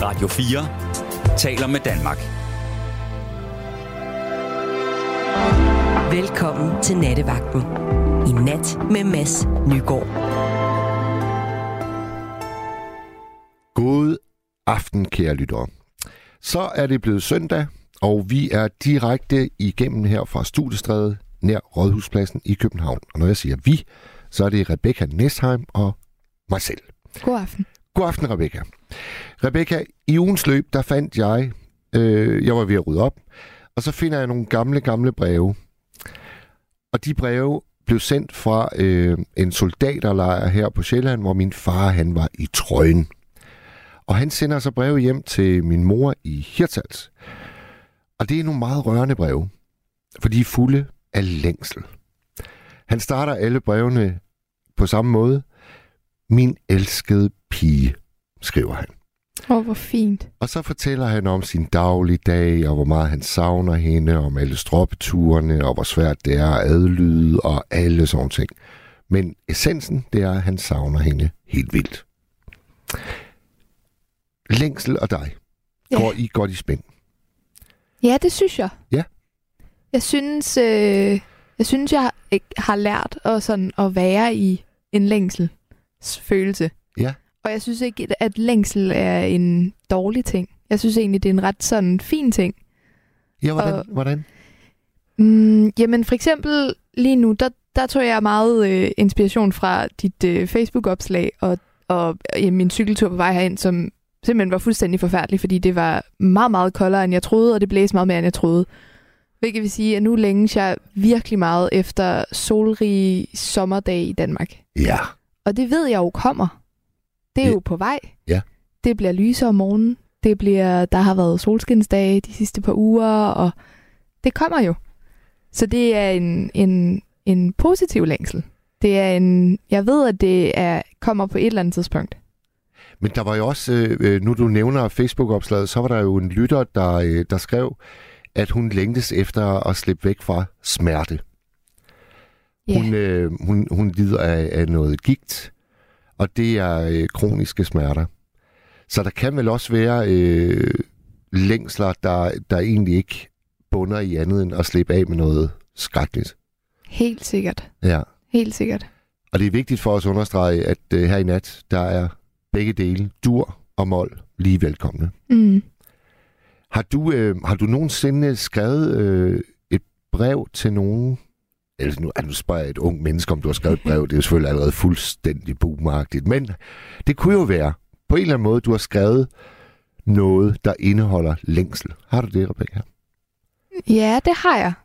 Radio 4 taler med Danmark. Velkommen til Nattevagten. I nat med Mads Nygaard. God aften, kære lyttere. Så er det blevet søndag, og vi er direkte igennem her fra Studiestræde nær Rådhuspladsen i København. Og når jeg siger vi, så er det Rebecca Nesheim og mig selv. God aften. God aften, Rebecca. Rebecca, i ugens løb, der fandt jeg var ved at rydde op, og så finder jeg nogle gamle breve. Og de breve blev sendt fra en soldaterlejr her på Sjælland, hvor min far, han var i trøjen. Og han sender så breve hjem til min mor i Hirtshals. Og det er nogle meget rørende breve, for de er fulde af længsel. Han starter alle brevene på samme måde. Min elskede pige, skriver han. Hvor fint. Og så fortæller han om sin dagligdag, og hvor meget han savner hende, om alle stroppeturene, og hvor svært det er at adlyde, og alle sådan ting. Men essensen, det er, at han savner hende helt vildt. Længsel og dig. Går I godt i spænd? Ja, det synes jeg. Ja. Jeg synes, jeg har lært at være i en længselsfølelse. Ja. Og jeg synes ikke, at længsel er en dårlig ting. Jeg synes egentlig, det er en ret sådan fin ting. Ja, hvordan? Jamen for eksempel lige nu, der tog jeg meget inspiration fra dit Facebook-opslag og min cykeltur på vej herind, som simpelthen var fuldstændig forfærdelig, fordi det var meget, meget koldere, end jeg troede, og det blæste meget mere, end jeg troede. Hvilket vil sige, at nu længes jeg virkelig meget efter solrig sommerdag i Danmark. Ja. Og det ved jeg jo kommer. Det er jo på vej. Ja. Det bliver lysere om morgenen. Der har været solskinsdage de sidste par uger, og det kommer jo. Så det er en positiv længsel. Det er jeg ved, at det kommer på et eller andet tidspunkt. Men der var jo også, nu du nævner Facebook-opslaget, så var der jo en lytter, der skrev, at hun længtes efter at slippe væk fra smerte. Yeah. Hun lider af noget gigt, og det er kroniske smerter. Så der kan vel også være længsler, der egentlig ikke bunder i andet end at slippe af med noget skrækkeligt. Helt sikkert. Ja. Helt sikkert. Og det er vigtigt for os at understrege, at her i nat, der er begge dele, dur og mol, lige velkomne. Mm. Har du nogensinde skrevet et brev til nogen? Eller nu spørger jeg et ung menneske, om du har skrevet et brev. Det er selvfølgelig allerede fuldstændig boomagtigt. Men det kunne jo være, på en eller anden måde, du har skrevet noget, der indeholder længsel. Har du det, Rebecca? Ja, det har jeg.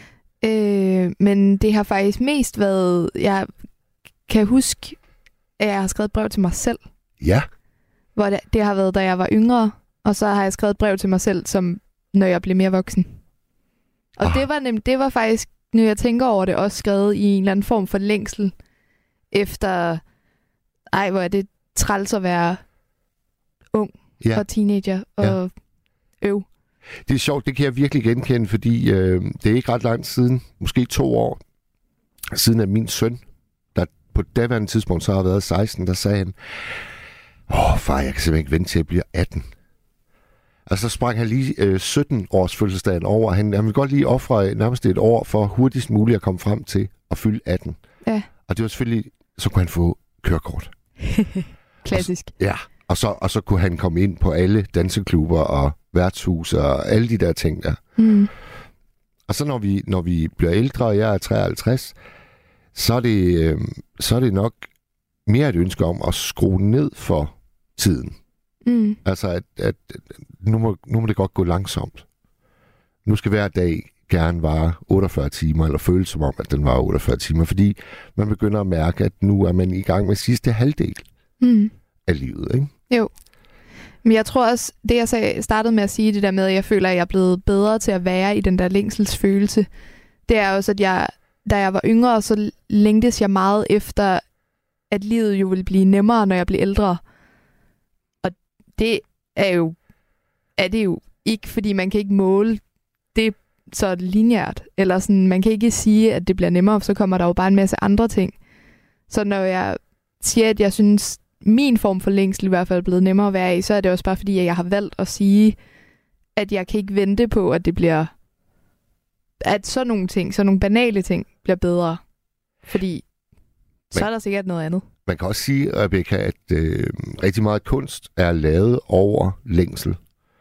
Men det har faktisk mest været... Jeg kan huske, at jeg har skrevet et brev til mig selv. Ja. Hvor det har været, da jeg var yngre. Og så har jeg skrevet et brev til mig selv, som når jeg blev mere voksen. Og det var faktisk, når jeg tænker over det, også skrevet i en eller anden form for længsel. Efter, hvor er det træls at være ung og teenager og øv. Det er sjovt, det kan jeg virkelig genkende, fordi det er ikke ret langt siden, måske 2 år siden, at min søn, der på daværende tidspunkt så har været 16, der sagde han, far, jeg kan simpelthen ikke vente til at blive 18. Og så sprang han lige 17 års fødselsdagen over. Han vil godt lige ofre nærmest et år for hurtigst muligt at komme frem til at fylde 18. Ja. Og det var selvfølgelig, så kunne han få kørekort. Klassisk. Og så kunne han komme ind på alle danseklubber og værtshus og alle de der ting der. Mm. Og så når vi bliver ældre, og jeg er 53, så er det nok mere et ønske om at skrue ned for tiden. Mm. Altså, at nu må det godt gå langsomt. Nu skal hver dag gerne vare 48 timer, eller føles som om, at den var 48 timer, fordi man begynder at mærke, at nu er man i gang med sidste halvdel af livet, ikke? Jo. Men jeg tror også, det jeg startede med at sige, det der med, at jeg føler, at jeg er blevet bedre til at være i den der længselsfølelse, det er også, at da jeg var yngre, så længtes jeg meget efter, at livet jo ville blive nemmere, når jeg blev ældre. Og det er det jo ikke, fordi man kan ikke måle det så lineært. Eller sådan, man kan ikke sige, at det bliver nemmere, for så kommer der jo bare en masse andre ting. Så når jeg siger, at jeg synes, min form for længsel i hvert fald er blevet nemmere at være i, så er det også bare fordi, at jeg har valgt at sige, at jeg kan ikke vente på, at det bliver, at sådan nogle ting, sådan nogle banale ting bliver bedre. Fordi så er der sikkert noget andet. Man kan også sige, Rebecca, at rigtig meget kunst er lavet over længsel.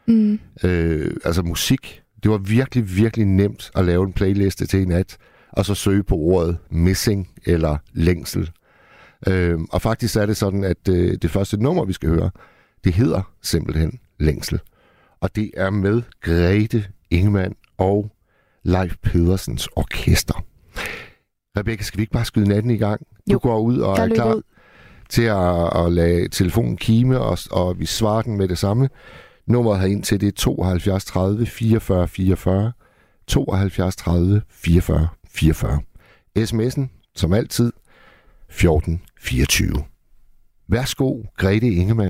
Altså musik. Det var virkelig, virkelig nemt at lave en playliste til en nat, og så søge på ordet missing eller længsel. Og faktisk er det sådan, at det første nummer, vi skal høre, det hedder simpelthen Længsel. Og det er med Grete Ingemann og Leif Pedersens orkester. Rebecca, skal vi ikke bare skyde natten i gang? Du går ud og er klar til at lade telefonen kime, og vi svarer den med det samme. Nummeret herind til det er 72 30 44 44. 72 30 44 44. SMS'en, som altid, 1424. Værsgo, Grete Ingemann.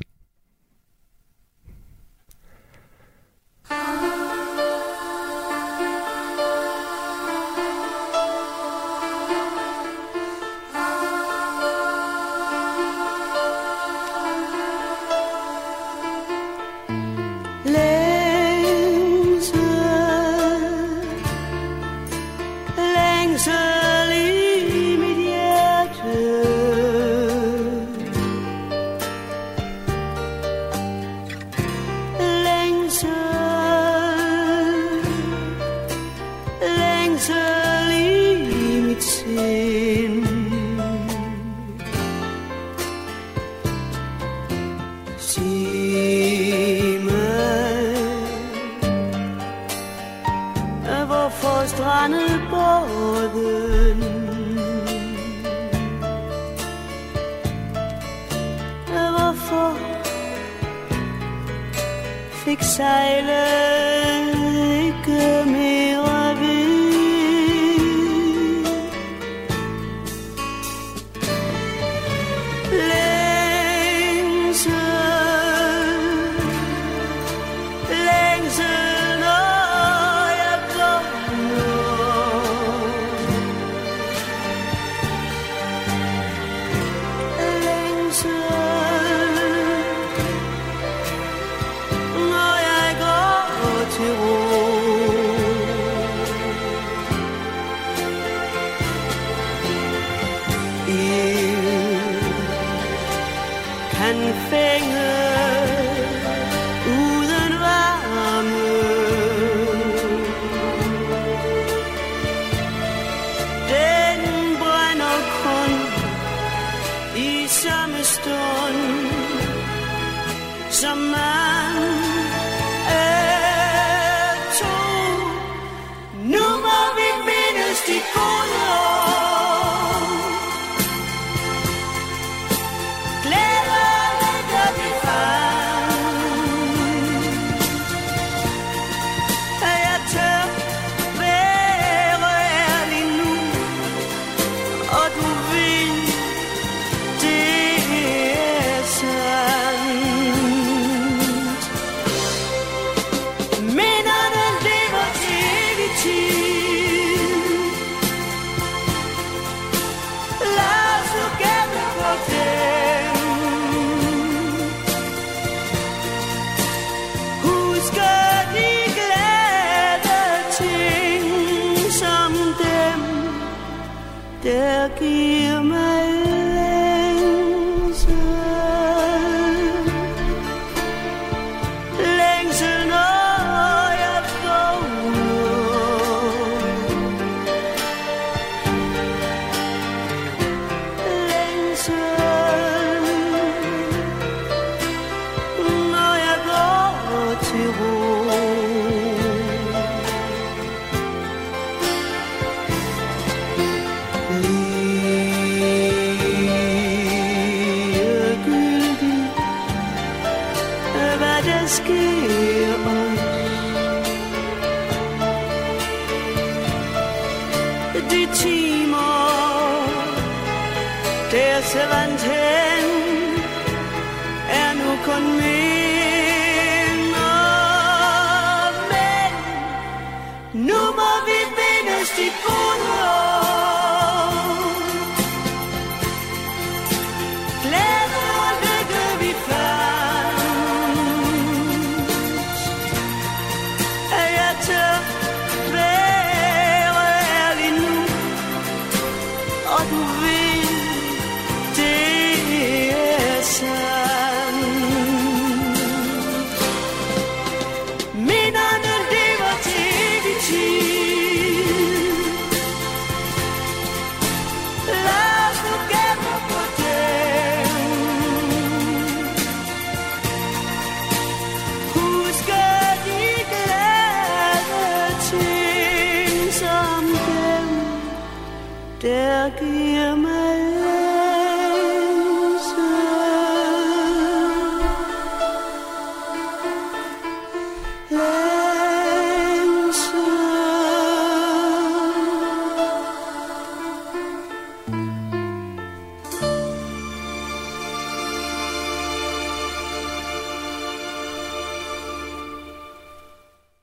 Glæde og lykke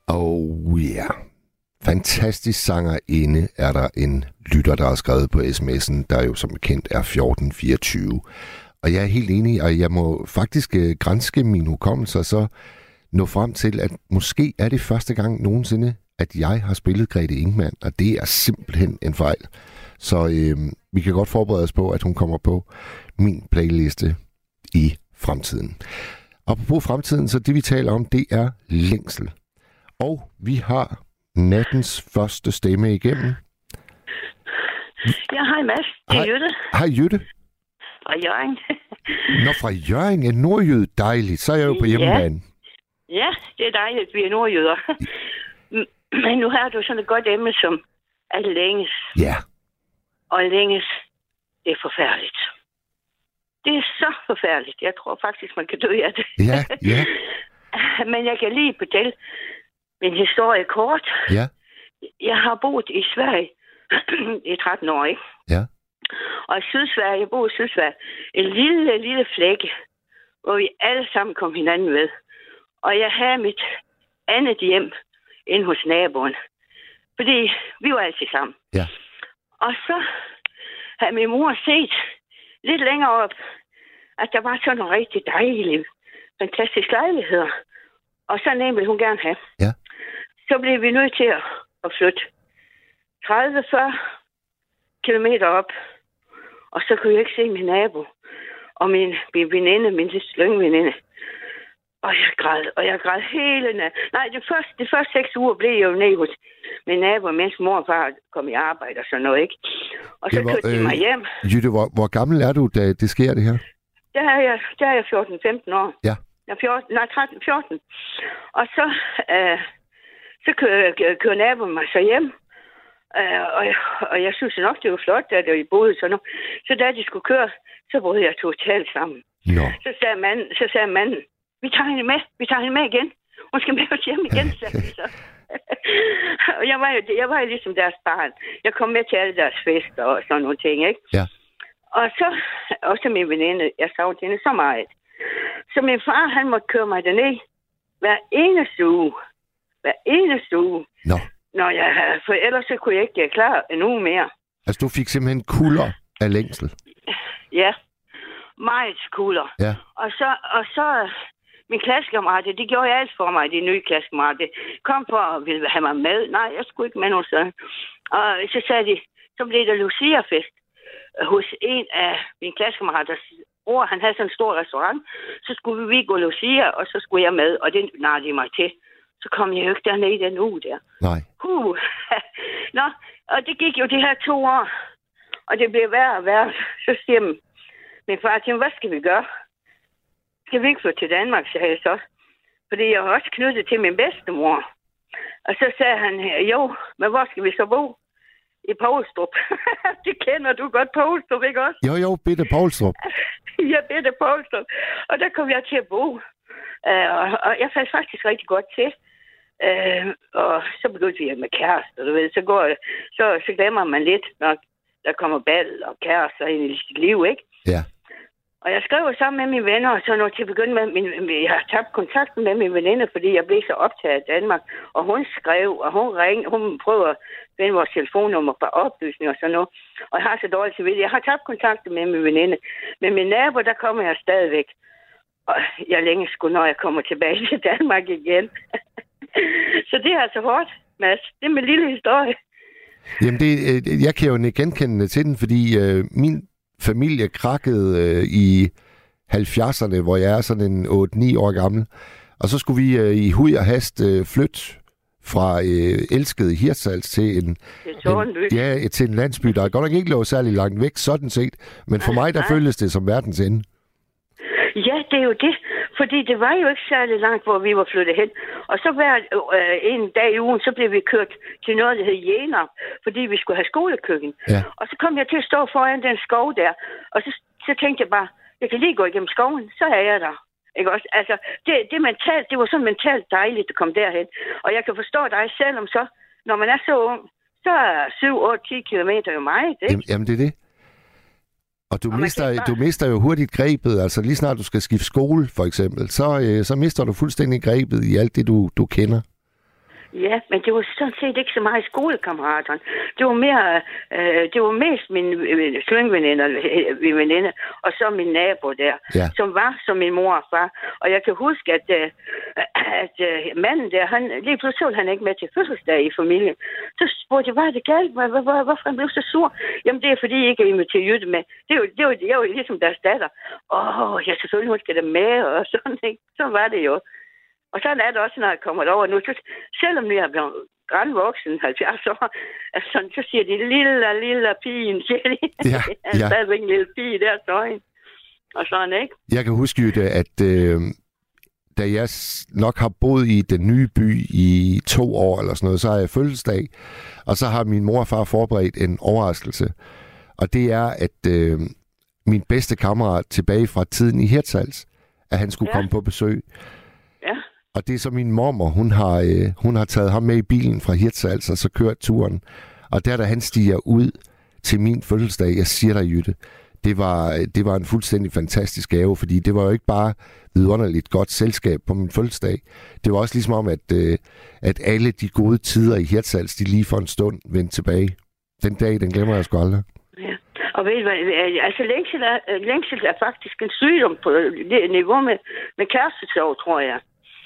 Oh ja. Fantastisk sangerinde er der en lytter, der har skrevet på sms'en, der jo som bekendt er 1424. Og jeg er helt enig, og jeg må faktisk granske min hukommelse og så nå frem til, at måske er det første gang nogensinde, at jeg har spillet Grethe Ingemann, og det er simpelthen en fejl. Så vi kan godt forberede os på, at hun kommer på min playliste i fremtiden. Apropos fremtiden, så det vi taler om, det er længsel. Og vi har nattens første stemme igennem. Ja, hej Mads. Det er Jytte. Hej Jytte. Fra Hjørring. Nå, fra Hjørring. En nordjyde. Dejligt. Så er jeg jo på hjemmebane. Ja, det er dejligt, vi er nordjyder. Men nu har du sådan et godt emne som at længes. Ja. Og længes, det er forfærdeligt. Det er så forfærdeligt. Jeg tror faktisk, man kan dø af det. Ja, ja. Men jeg kan lige fortælle min historie kort. Ja. Jeg har boet i Sverige i 13 år, ikke? Ja. Og i Sydsverige, jeg bor i Sydsverige, en lille flække, hvor vi alle sammen kom hinanden ved. Og jeg havde mit andet hjem inde hos naboen. Fordi vi var altid sammen. Ja. Og så havde min mor set lidt længere op, at der var sådan nogle rigtig dejlige, fantastiske lejligheder. Og sådan en ville hun gerne have. Ja. Så blev vi nødt til at flytte 30-40 kilometer op. Og så kunne jeg ikke se min nabo og min veninde, min lyngveninde. Og jeg græd hele natten. Nej, de første 6 uger blev jeg jo nede hos min nabo, mens mor og far kom i arbejde og sådan noget, ikke? Og så kørte de mig hjem. Jytte, hvor gammel er du, da det sker, det her? Der er jeg 14-15 år. Ja. 13-14. Og så kører naboen mig så hjem. Og jeg synes nok, det var flot, da vi boede sådan noget. Så da de skulle køre, så boede jeg totalt sammen. No. Så sagde manden, vi tager hende med igen. Hun skal med os hjem igen, sagde de så. Og jeg var jo ligesom deres barn. Jeg kom med til alle deres fester og sådan nogle ting, ikke? Ja. Og så, også min veninde, jeg savnede hende så meget. Så min far, han måtte køre mig derned hver eneste uge. Nå. For ellers så kunne jeg ikke klare en uge mere. Altså, du fik simpelthen kulder af længsel? Ja, meget kulder. Ja. Og så min klassekammerater, de gjorde alt for mig, de nye klassekammerater. Kom for at ville have mig med. Nej, jeg skulle ikke med nogen sådan. Og så sagde de, så blev der Lucia-fest hos en af mine klassekammeraters bror. Han havde sådan en stor restaurant. Så skulle vi gå Lucia, og så skulle jeg med, og det narrede de mig til. Så kom jeg jo ikke dernede i den uge der. Nej. Nå, og det gik jo de her 2 år. Og det blev værre og værre. Så siger min far til mig, hvad skal vi gøre? Skal vi ikke flytte til Danmark, sagde jeg så. Fordi jeg var også knyttet til min bedstemor. Og så sagde han, jo, men hvor skal vi så bo? I Poulstrup. Det kender du godt, Poulstrup, ikke også? Jo, Bitte Poulstrup. Ja, Bitte Poulstrup. Og der kom jeg til at bo. Og jeg faldt faktisk rigtig godt til. Og så begyndte vi med kærester, du ved. Så glemmer man lidt, når der kommer bal og kærester ind i sit liv, ikke? Ja. Og jeg skrev sammen med mine venner, og så når til at begynde med, jeg har tabt kontakten med mine veninde, fordi jeg blev så optaget af Danmark. Og hun skrev, og hun ringede, hun prøvede at finde vores telefonnummer for oplysning og sådan noget. Og jeg har så dårligt til vildt. Jeg har tabt kontakten med mine veninde. Men min nabo, der kommer jeg stadigvæk. Og jeg længe skulle, når jeg kommer tilbage til Danmark igen. Så det er altså hårdt, Mads. Det er min lille historie. Jamen, jeg kan jo genkende til den, fordi min familie krakkede i 70'erne, hvor jeg er sådan en 8-9 år gammel. Og så skulle vi i huj og hast flytte fra elskede Hirtshals til til en landsby, der godt nok ikke lå særlig langt væk, sådan set. Men for mig, der føltes det som verdens ende. Ja, det er jo det. Fordi det var jo ikke særlig langt, hvor vi var flyttet hen. Og så hver en dag i ugen, så blev vi kørt til noget, der hed Jena, fordi vi skulle have skolekøkken. Ja. Og så kom jeg til at stå foran den skov der. Og så tænkte jeg bare, jeg kan lige gå igennem skoven, så er jeg der. Ikke også? Altså, det var så mentalt dejligt at komme derhen. Og jeg kan forstå dig, selvom så, når man er så ung, så er 7, 8, 10 kilometer jo meget, ikke? Jamen, det er det. Og du mister jo hurtigt grebet, altså lige snart du skal skifte skole, for eksempel, så mister du fuldstændig grebet i alt det, du kender. Ja, men det var sådan set ikke så meget skolekammeraterne. Det var mere, det var mest mine svingveninder, og så min nabo der, som var som min mor og far. Og jeg kan huske, at manden der, lige pludselig var han ikke med til fødselsdag i familien. Så spurgte jeg, hvad er det galt? Hvorfor han blev så sur? Jamen, det er fordi, I ikke er inviteret Jytte med. Det var ligesom deres datter. Jeg selvfølgelig, hun skal da med, og sådan, ikke? Så var det jo. Og sådan er det også, når jeg kommer over nu. Så, selvom jeg er blevet grandvoksen, 70 år, altså, så siger de, lille pigen, siger de. Ja. Der er stadigvæk en lille pige der, så. Og sådan, ikke? Jeg kan huske, Jytte, at da jeg nok har boet i den nye by i 2 år eller sådan noget, så har jeg fødselsdag, og så har min mor og far forberedt en overraskelse. Og det er, at min bedste kammerat tilbage fra tiden i Hirtshals, at han skulle komme på besøg. Ja. Og det er så min mormor, hun har taget ham med i bilen fra Hirtshals, og så kørt turen. Og da han stiger ud til min fødselsdag, jeg siger dig, Jytte, det var en fuldstændig fantastisk gave, fordi det var jo ikke bare vidunderligt godt selskab på min fødselsdag. Det var også ligesom om, at alle de gode tider i Hirtshals, de lige for en stund vendte tilbage. Den dag, den glemmer jeg sgu aldrig. Ja. Og ved du hvad, altså længsel er faktisk en sygdom på niveau med kærestesorg, tror jeg.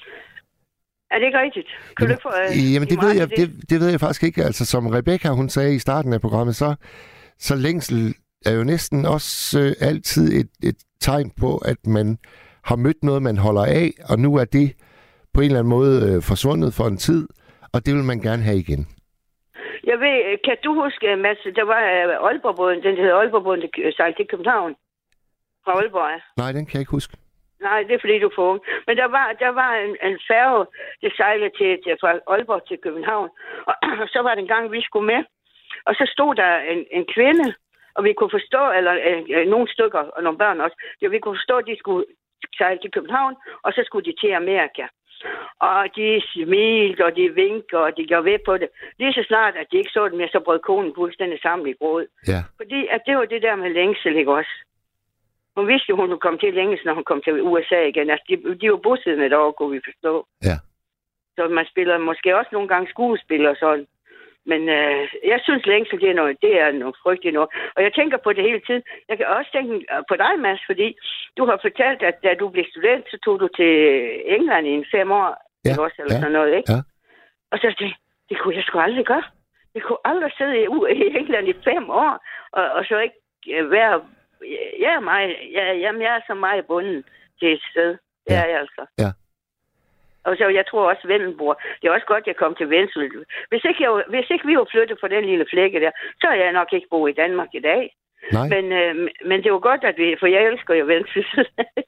Er det ikke rigtigt? Jamen det ved jeg faktisk ikke. Altså som Rebecca, hun sagde i starten af programmet, så længsel er jo næsten også altid et tegn på, at man har mødt noget, man holder af, og nu er det på en eller anden måde forsvundet for en tid, og det vil man gerne have igen. Jeg ved, kan du huske, Mads, der var Aalborgbåden, den hedder Aalborgbåden, der sejlede til København fra Aalborg. Nej, den kan jeg ikke huske. Nej, det er fordi, du er for ung. Men der var en færge, der sejlede fra Aalborg til København, og så var det en gang, vi skulle med, og så stod der en kvinde, og vi kunne forstå, eller nogle stykker, og nogle børn også, vi kunne forstå, at de skulle sejle til København, og så skulle de til Amerika. Og de smilte, og de vinkede, og de gjorde ved på det. Lige så snart, at de ikke så det mere, så brød konen fuldstændig sammen i gråd. Ja. Fordi at det var det der med længsel, ikke også? Hun vidste jo, hun ville komme til længes, når hun kom til USA igen. Altså, de var bosiddende derovre, kunne vi forstå. Ja. Så man spiller måske også nogle gange skuespil og sådan. Men jeg synes, længsel, det er noget frygteligt noget. Og jeg tænker på det hele tiden. Jeg kan også tænke på dig, Mads, fordi du har fortalt, at da du blev student, så tog du til England i 5 år. Ja. Ikke også, eller sådan noget, ikke? Ja. Og så tænkte jeg, det kunne jeg sgu aldrig gøre. Jeg kunne aldrig sidde i England i 5 år, og så ikke være... Jeg er så meget bunden til et sted. Det er jeg altså. Ja. Og så jeg tror også, Vendelborg. Det er også godt, jeg kom til Vendsyssel. Hvis ikke vi var flyttet fra den lille flække der, så havde jeg nok ikke boet i Danmark i dag. Nej. Men det var godt, at for jeg elsker jo Vendsyssel.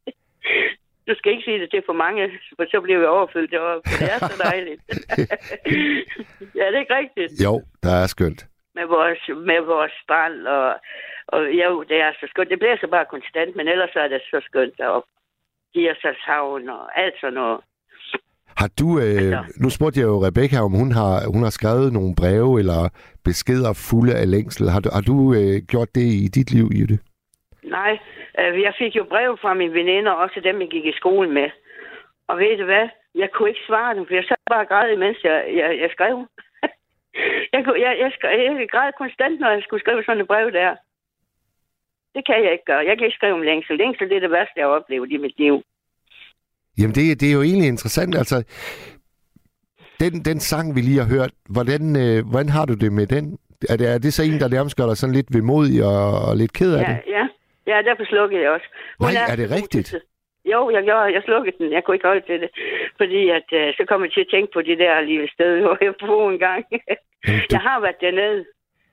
Du skal ikke sige det til for mange, for så bliver vi overfyldt deroppe. Det er så dejligt. Ja, det er ikke rigtigt. Jo, der er skønt. Med vores strand, og jo, det er så skønt. Det bliver så bare konstant, men ellers er det så skønt deroppe. Hirtshals og alt sådan noget. Har du, nu spurgte jeg jo Rebecca, om hun har skrevet nogle breve eller beskeder fulde af længsel. Har du gjort det i dit liv, Jytte? Nej, jeg fik jo brev fra mine veninder, også dem, jeg gik i skole med. Og ved du hvad? Jeg kunne ikke svare dem, for jeg sad bare og græd, mens jeg skrev. Jeg græd konstant, når jeg skulle skrive sådan et brev der. Det kan jeg ikke gøre. Jeg kan ikke skrive om længsel. Længsel, det er det værste, jeg har oplevet i mit liv. Jamen, det er jo egentlig interessant. Altså, den sang, vi lige har hørt, hvordan har du det med den? Er det så en, der nærmest gør dig sådan lidt vemodig og lidt ked af det? Ja, derfor slukkede jeg også. Nej, er det rigtigt? Jo, jeg slukkede den. Jeg kunne ikke holde til det. Fordi at, så kom jeg til at tænke på det der lille sted, hvor jeg boede en gang. Jeg har været dernede.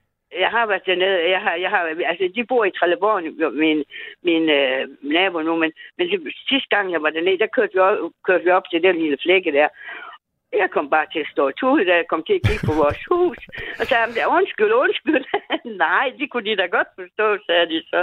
Altså, de bor i Trelleborg, min nabo nu, men sidste gang, jeg var dernede, der kørte vi op til den lille flække der. Jeg kom bare til at stå i tude, da jeg kom til at kigge på vores hus. Og så sagde jeg, undskyld. Nej, det kunne de da godt forstå, sagde de så.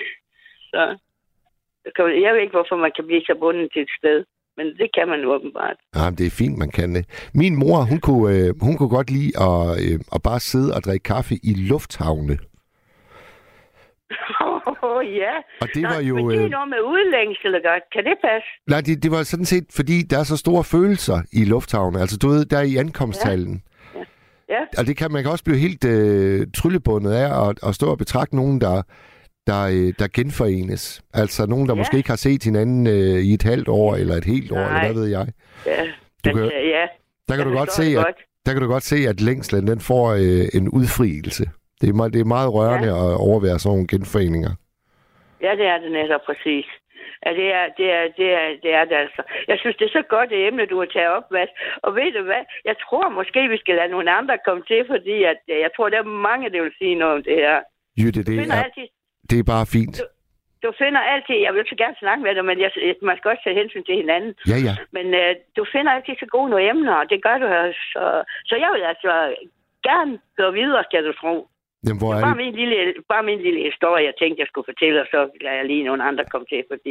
Jeg ved ikke, hvorfor man kan blive så bundet til et sted. Men det kan man åbenbart. Ja, det er fint, man kan det. Min mor, hun kunne godt lide at bare sidde og drikke kaffe i lufthavne. Ja. Og det var jo... Men det er noget med udlængsel, godt. Kan det passe? Nej, det var sådan set, fordi der er så store følelser i lufthavnen. Altså, du ved, der i ankomsthallen. Ja. Og det kan man kan også blive helt tryllebundet af at stå og betragte nogen, der genforenes. Altså nogen, der måske ikke har set hinanden i et halvt år, eller et helt år, eller hvad ved jeg. Ja, der kan du godt se, at længslen, den får en udfrielse. Det er meget rørende at overvære sådan nogle genforeninger. Ja, det er det netop præcis. Ja, det er det altså. Jeg synes, det er så godt et emne, du har taget op, Mads. Og ved du hvad? Jeg tror måske, vi skal lade nogle andre komme til, fordi jeg tror, der er mange, der vil sige noget om det her. Jytte, det er bare fint. Du finder altid, jeg vil så gerne snakke med dig, men man skal også tage hensyn til hinanden. Ja. Men du finder altid så gode nogle emner, og det gør du også. Så jeg vil altså gerne høre videre, skal du tro. Jamen, Bare min lille historie, jeg tænkte, jeg skulle fortælle, og så lader jeg lige nogle andre komme til, fordi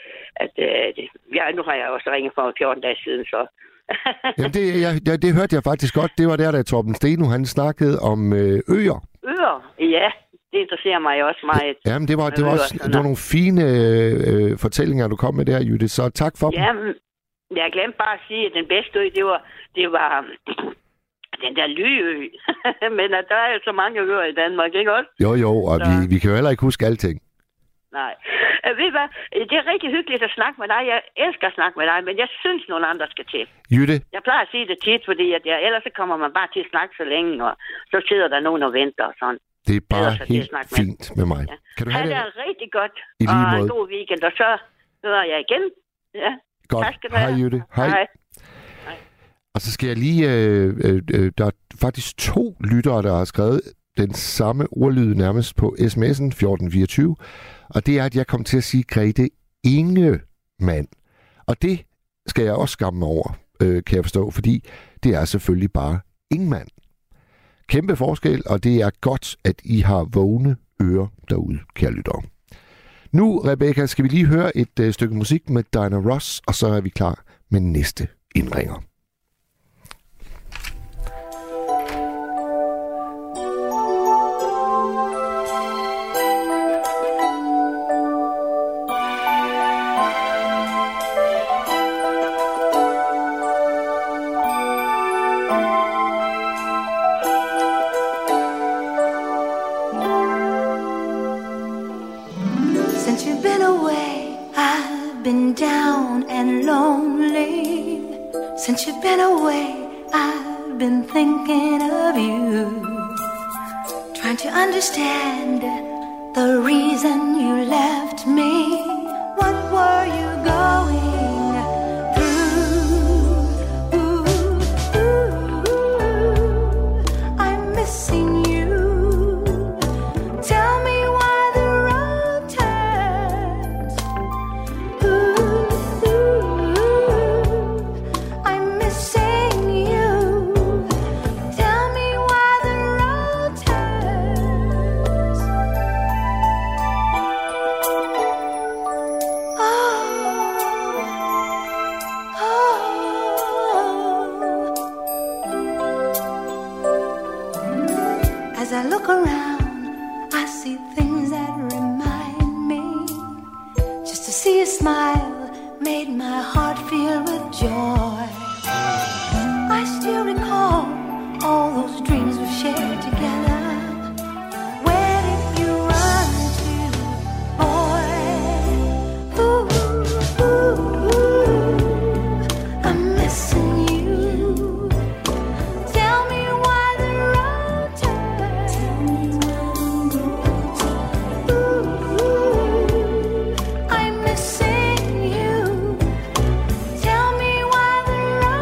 nu har jeg også ringet for 14 dage siden, så... Jamen, det hørte jeg faktisk godt. Det var der Torben Steno, han snakkede om øer. Øer? Ja, det interesserer mig også meget. Jamen, det var nogle fine fortællinger, du kom med der, Jytte, så tak for dem. Jamen, jeg glemte bare at sige, at den bedste ø, det var den der Lyø. Men der er jo så mange øer i Danmark, ikke også? Jo, og vi kan jo heller ikke huske alting. Nej. Ved I hvad? Det er rigtig hyggeligt at snakke med dig. Jeg elsker at snakke med dig, men jeg synes, nogle andre skal til. Jytte? Jeg plejer at sige det tit, fordi ellers så kommer man bare til at snakke så længe, og så sidder der nogen og venter og sådan. Det er bare helt fint med mig. Ja. Kan du have det rigtig godt, og en god weekend, og så hører jeg igen. Ja. Godt. Tak skal du have. Hej, Jytte. Hej. Og så skal jeg lige... der er faktisk 2 lyttere, der har skrevet den samme ordlyd nærmest på sms'en 1424. Og det er, at jeg kom til at sige Grete Ingemann. Og det skal jeg også skamme mig over, kan jeg forstå, fordi det er selvfølgelig bare Ingemann. Kæmpe forskel, og det er godt, at I har vågne ører derude, kære lyttere. Nu, Rebecca, skal vi lige høre et stykke musik med Diana Ross, og så er vi klar med næste indringer. Since you've been away, I've been thinking of you, trying to understand the reason you left me. What were you going through? I'm missing you. Tell me why the road turns. I look around, I see things that remind me. Just to see a smile made my heart fill with joy. I still recall all those dreams we've shared together. Where did you run to, boy? I'm missing you. Tell me why the road turns. I'm missing you. Tell me why the road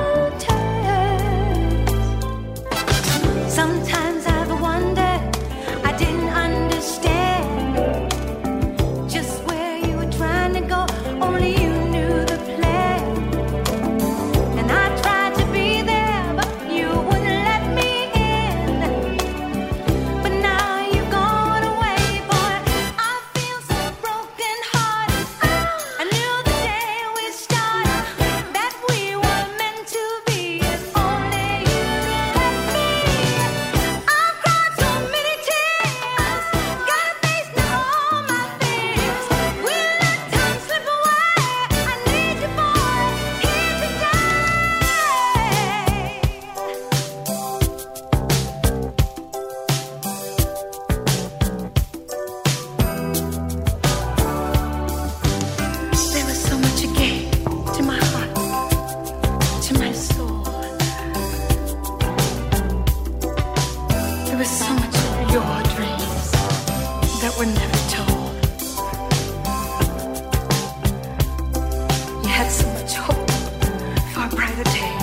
had so much hope for a brighter day.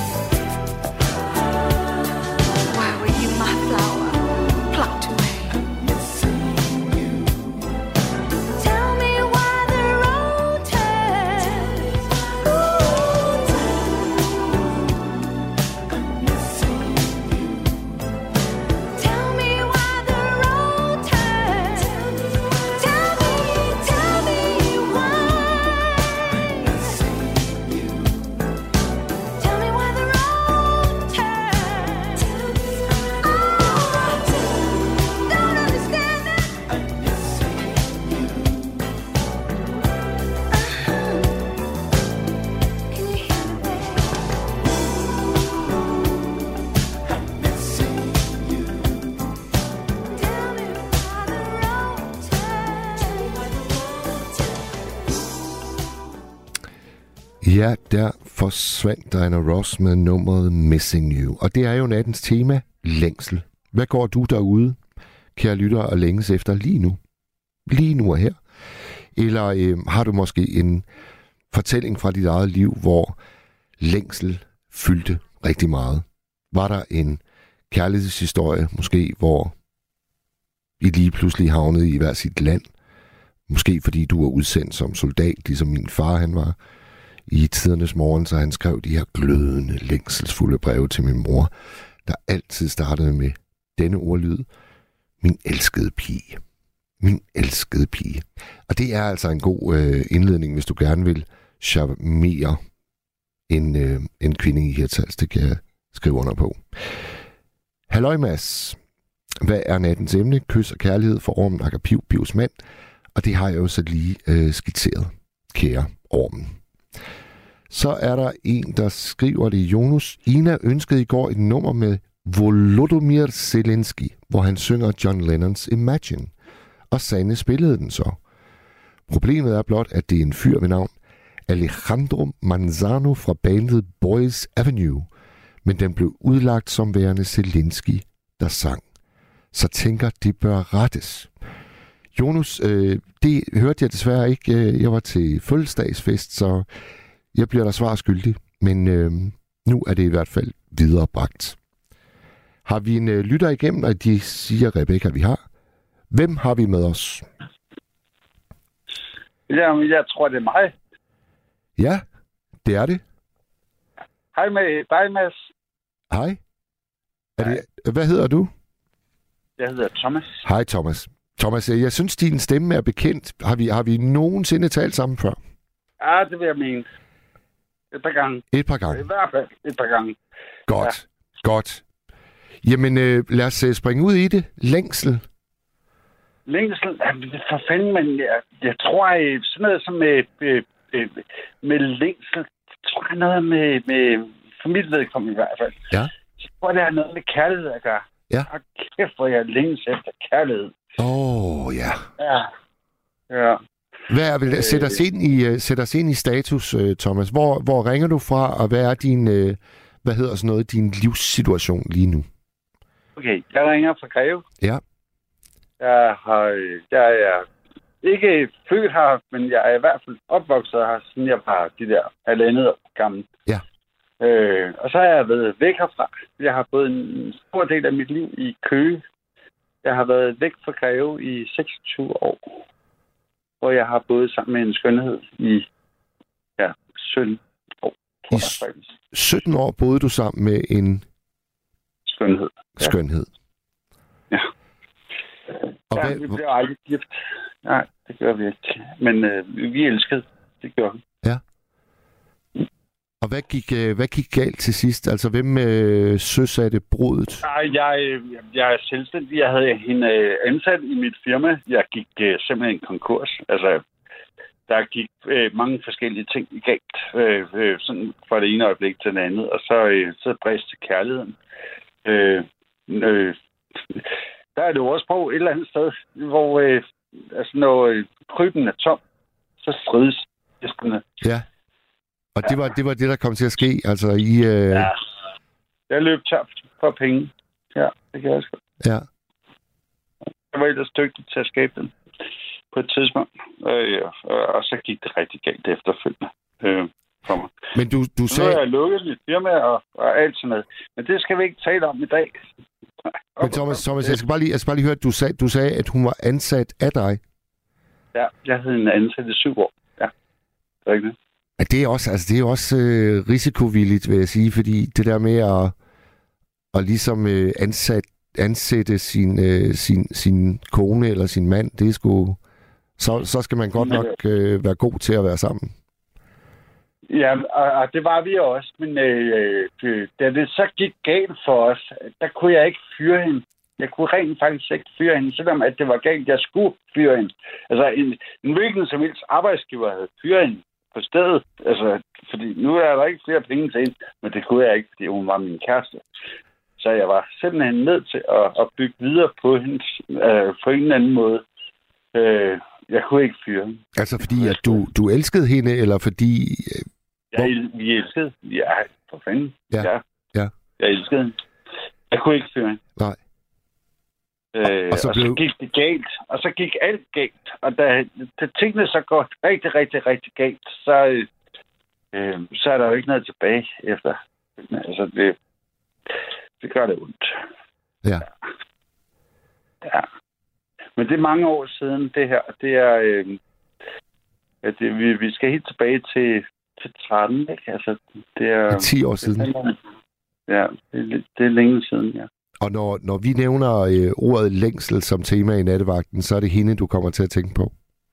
Why were you my flower plucked away? Tell me why the road turns. Tell me why the road turns. Tell me why. Tell me why the road turns. Oh, don't understand it. Can you hear me, babe? Tell me why the road turns. Ja, der forsvandt Diana Ross med nummeret Missing You. Og det er jo nattens tema, længsel. Hvad går du derude, kære lytter, og længes efter lige nu? Lige nu og her? Eller har du måske en fortælling fra dit eget liv, hvor længsel fyldte rigtig meget? Var der en kærlighedshistorie, måske, hvor I lige pludselig havnede i hver sit land? Måske fordi du var udsendt som soldat, ligesom min far han var i tidernes morgen, så han skrev de her glødende, længselsfulde breve til min mor, der altid startede med denne ordlyd: min elskede pige. Min elskede pige. Og det er altså en god indledning, hvis du gerne vil charmere en kvinde i Hirtshals. Det kan jeg skrive under på. Halløj Mads. Hvad er nattens emne? Kys og kærlighed for ormen Akapiv, Pivs mand. Og det har jeg jo så lige skitseret, kære ormen. Så er der en, der skriver det. Jonas, Ina ønskede i går et nummer med Volodymyr Zelensky, hvor han synger John Lennons Imagine. Og Sanne spillede den så. Problemet er blot, at det er en fyr ved navn Alejandro Manzano fra bandet Boys Avenue, men den blev udlagt som værende Zelensky, der sang. Så tænker, det bør rettes. Jonas, det hørte jeg desværre ikke. Jeg var til fødselsdagsfest, så jeg bliver der svar skyldig. Men nu er det i hvert fald viderebragt. Har vi en lytter igennem, og de siger, Rebecca, vi har. Hvem har vi med os? Jamen, jeg tror, det er mig. Ja, det er det. Hej med dig, Mads. Hej. Hvad hedder du? Jeg hedder Thomas. Hej, Thomas. Thomas, jeg synes, din stemme er bekendt. Har vi nogensinde talt sammen før? Ja, det vil jeg mene. Et par gange. Et par gange. I hvert fald et par gange. Godt, ja. Godt. Jamen, lad os springe ud i det. Længsel. Længsel? For fanden, men jeg tror, sådan noget som med længsel, tror jeg noget med for mit vedkommende i hvert fald. Ja. Jeg tror, det har noget med kærlighed at gøre. Ja. Og kæft, hvor jeg længes efter kærlighed. Ja. Ja. Hvad er vel, sæt os ind i status, Thomas. Hvor ringer du fra, og hvad er din livssituation lige nu? Okay, jeg ringer fra Greve. Ja. Jeg er ikke født her, men jeg er i hvert fald opvokset her, siden jeg var de der 1,5 år gammel. Ja. Og så har jeg været væk herfra. Jeg har boet en stor del af mit liv i Køge. Jeg har været væk fra Greve i 26 år. Og jeg har boet sammen med en skønhed i 17 år. I 17 år boede du sammen med en skønhed. Skønhed. Ja. Og vi blev aldrig gift. Nej, det gør vi ikke. Men vi elskede. Det gjorde vi. Ja. Og hvad gik galt til sidst? Altså, hvem søsatte brudet? Jeg er selvstændig. Jeg havde hende ansat i mit firma. Jeg gik simpelthen konkurs. Altså, der gik mange forskellige ting galt. Sådan fra det ene øjeblik til det andet. Og så bræste kærligheden. Der er det ordsprog et eller andet sted, hvor når kryben er tom, så strides hestene. Ja. Og det var det, der kom til at ske, altså i... Ja. Jeg løb tør for penge. Ja, det kan jeg også. Ja. Jeg var ellers dygtig til at skabe den på et tidspunkt. Og så gik det rigtig galt efterfølgende. for mig. Men du sagde... Nu har jeg lukket mit firma og alt sådan noget. Men det skal vi ikke tale om i dag. Men Thomas, jeg skal bare lige høre, at du sagde, at hun var ansat af dig. Ja, jeg havde en ansat i 7 år. Ja, det er rigtigt. Ja, det er også risikovilligt, vil jeg sige, fordi det der med at ligesom ansætte sin kone eller sin mand, det er sgu... Så skal man godt nok være god til at være sammen. Ja, og det var vi også, men da det så gik galt for os, der kunne jeg ikke fyre hende. Jeg kunne rent faktisk ikke fyre hende, selvom at det var galt, jeg skulle fyre hende. Altså en hvilken som helst arbejdsgiver havde fyret hende på stedet. Altså, fordi nu er der ikke flere penge til hende, men det kunne jeg ikke, fordi hun var min kæreste. Så jeg var simpelthen nødt til at bygge videre på hende på en eller anden måde. Jeg kunne ikke fyre hende. Altså fordi at du elskede hende, eller fordi... Vi elskede. Ja, for fanden. Ja. Jeg elskede hende. Jeg kunne ikke fyre hende. Nej. Og så gik det galt. Og så gik alt galt. Og da tingene så går rigtig, rigtig, rigtig galt, så er der jo ikke noget tilbage efter. Altså, det gør det ondt. Ja. Ja. Men det er mange år siden, det her. Det er... vi skal helt tilbage til 13, ikke? Altså, det er 10 år siden. Ja, det er længe siden, ja. Og når vi nævner ordet længsel som tema i nattevagten, så er det hende, du kommer til at tænke på?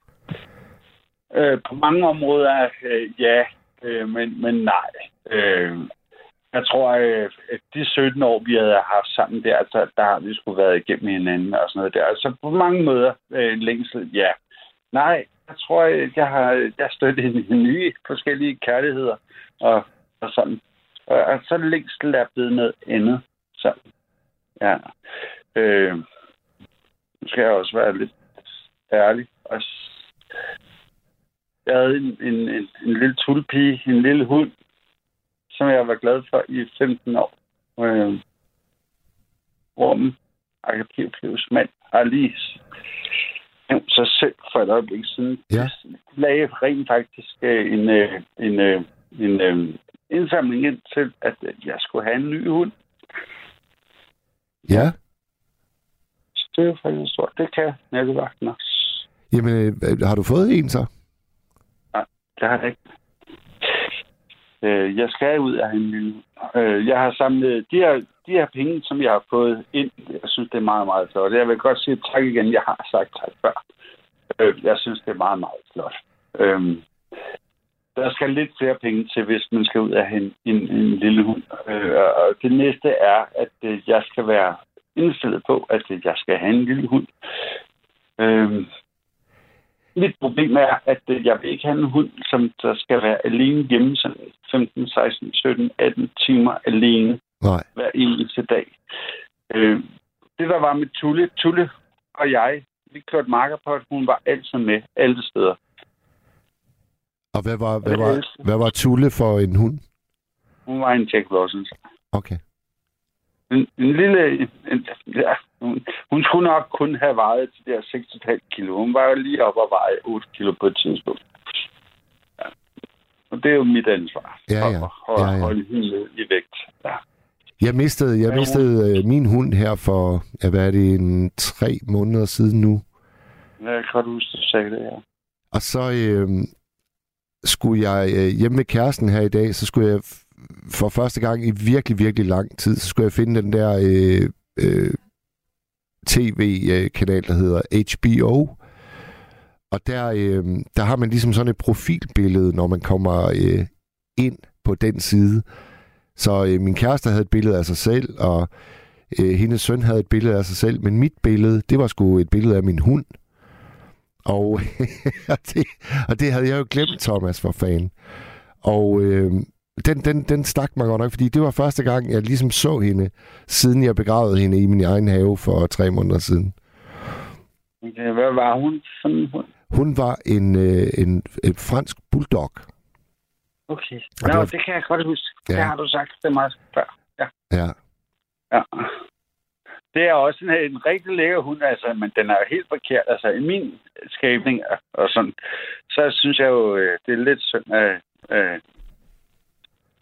På mange områder, ja, men nej. Jeg tror, at de 17 år, vi havde haft sammen der, altså, der har vi sgu været igennem hinanden og sådan noget der. Altså på mange måder længsel, ja. Nej, jeg tror, jeg har stødt en nye forskellige kærligheder og sådan. Og så længsel er blevet noget andet. Så, ja. Nu skal jeg også være lidt ærlig. Jeg havde en lille tulpige, en lille hund, som jeg var glad for i 15 år. Rummen, Arkadius mand, har lige nævnt sig selv for et øjeblik siden. Ja. Lagde rent faktisk en indsamling ind til, at jeg skulle have en ny hund. Ja. Så det er jo faktisk stort. Det kan nattevagten også. Jamen, har du fået en så? Nej, det har jeg ikke. Jeg skal ud af en lille. Jeg har samlet de her penge, som jeg har fået ind. Jeg synes, det er meget, meget flot. Jeg vil godt sige tak igen. Jeg har sagt tak før. Jeg synes, det er meget, meget flot. Der skal lidt flere penge til, hvis man skal ud af en lille hund. Og det næste er, at jeg skal være indstillet på, at jeg skal have en lille hund. Mit problem er, at jeg vil ikke have en hund, som der skal være alene hjemme, sådan 15, 16, 17, 18 timer alene. Nej. Hver eneste dag. Det der var med Tulle og jeg, vi kørte marker på, at hun var altid med alle steder. Og hvad var Tulle for en hund? Hun var en Jack Russell. Okay. En lille... Hun skulle nok kun have vejet de der 6,5 kilo. Hun var jo lige oppe og veje 8 kilo på et tidspunkt. Ja. Og det er jo mit ansvar. Ja. At holde hende ned i vægt. Ja. Jeg mistede min hund her for, hvad er det, 3 måneder siden nu. Ja, jeg kan godt huske, du sagde det, ja. Og så skulle jeg hjemme med kæresten her i dag, så skulle jeg for første gang i virkelig, virkelig lang tid, så skulle jeg finde den der tv-kanal, der hedder HBO. Og der har man ligesom sådan et profilbillede, når man kommer ind på den side. Så min kæreste havde et billede af sig selv, og hendes søn havde et billede af sig selv, men mit billede, det var sgu et billede af min hund. Og det havde jeg jo glemt, Thomas, for fanden. Og den stak mig godt nok, fordi det var første gang, jeg ligesom så hende, siden jeg begravede hende i min egen have for 3 måneder siden. Okay, hvad var hun for en hund? Hun var en fransk bulldog. Okay. Det kan jeg godt huske. Ja. Det har du sagt det meget før. Ja. Det er også en rigtig lækker hund, altså, men den er helt forkert. Altså, i min skabning og sådan, så synes jeg jo, det er lidt synd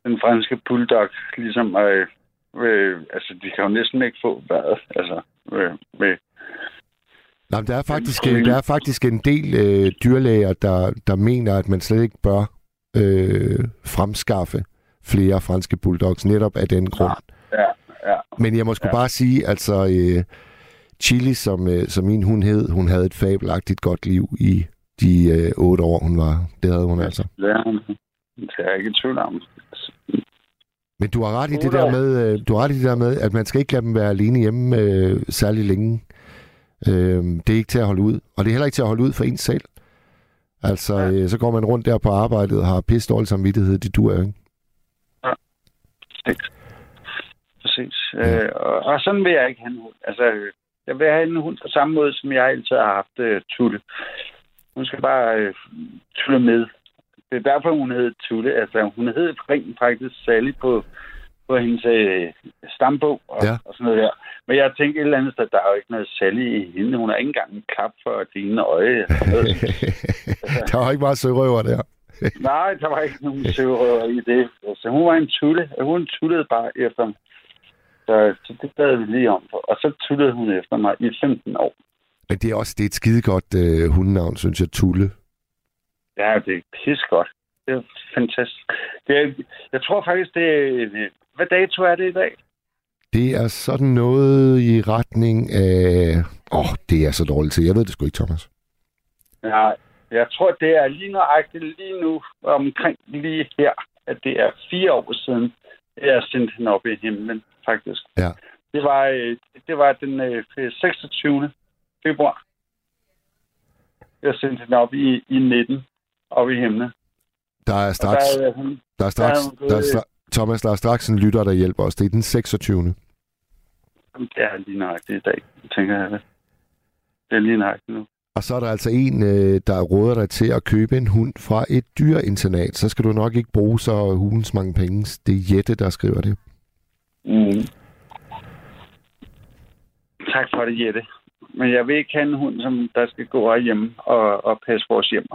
den franske bulldog, ligesom, altså, de kan jo næsten ikke få vejret, altså, med... Nej, der er faktisk en del dyrlæger, der mener, at man slet ikke bør fremskaffe flere franske bulldogs, netop af den grund. Ja. Men jeg må sgu bare sige, altså, Chili, som min hund hed, hun havde et fabelagtigt godt liv i de 8 år, hun var. Det havde hun altså. Det er jeg ikke i tvivl om. Men du har ret i det der med, at man skal ikke lade dem være alene hjemme særlig længe. Det er ikke til at holde ud. Og det er heller ikke til at holde ud for ens selv. Altså, så går man rundt der på arbejdet og har pisse dårlig samvittighed. Det duer jo ikke. Ja. Præcis. Og sådan vil jeg ikke have en hund. Altså, jeg vil have en hund på samme måde, som jeg altid har haft Tulle. Hun skal bare tulle med. Det er derfor, hun hed Tulle. Altså, hun hed rent faktisk Sally på hendes stambog og sådan noget der. Men jeg tænkte et eller andet sted, der er jo ikke noget Sally i hende. Hun har ikke engang en klap for dine øje. Der var ikke meget sørøver der. Nej, der var ikke nogen sørøver i det. Altså, hun var en tulle. Hun tullede bare efter mig. Så det bad vi lige om. Og så tullede hun efter mig i 15 år. Men det er et skidegodt hundenavn, synes jeg, Tulle. Ja, det er pissegodt. Det er fantastisk. Jeg tror faktisk, det er... Hvad dato er det i dag? Det er sådan noget i retning af... det er så dårligt til. Jeg ved det sgu ikke, Thomas. Ja, jeg tror, det er lige nu, omkring lige her, at det er 4 år siden, jeg sendte hende op i himlen, faktisk. Ja. Det var den 26. februar. Jeg sendte hende op i 19, op i himlen. Thomas, der er straks en lytter, der hjælper os. Det er den 26. Det er lige nøjagtigt i dag, tænker jeg. Det er lige nøjagtigt nu. Og så er der altså en, der råder dig til at købe en hund fra et dyreinternat. Så skal du nok ikke bruge så hulens mange penge. Det er Jette, der skriver det. Tak for det, Jette. Men jeg vil ikke have en hund, som der skal gå herhjemme og passe vores hjem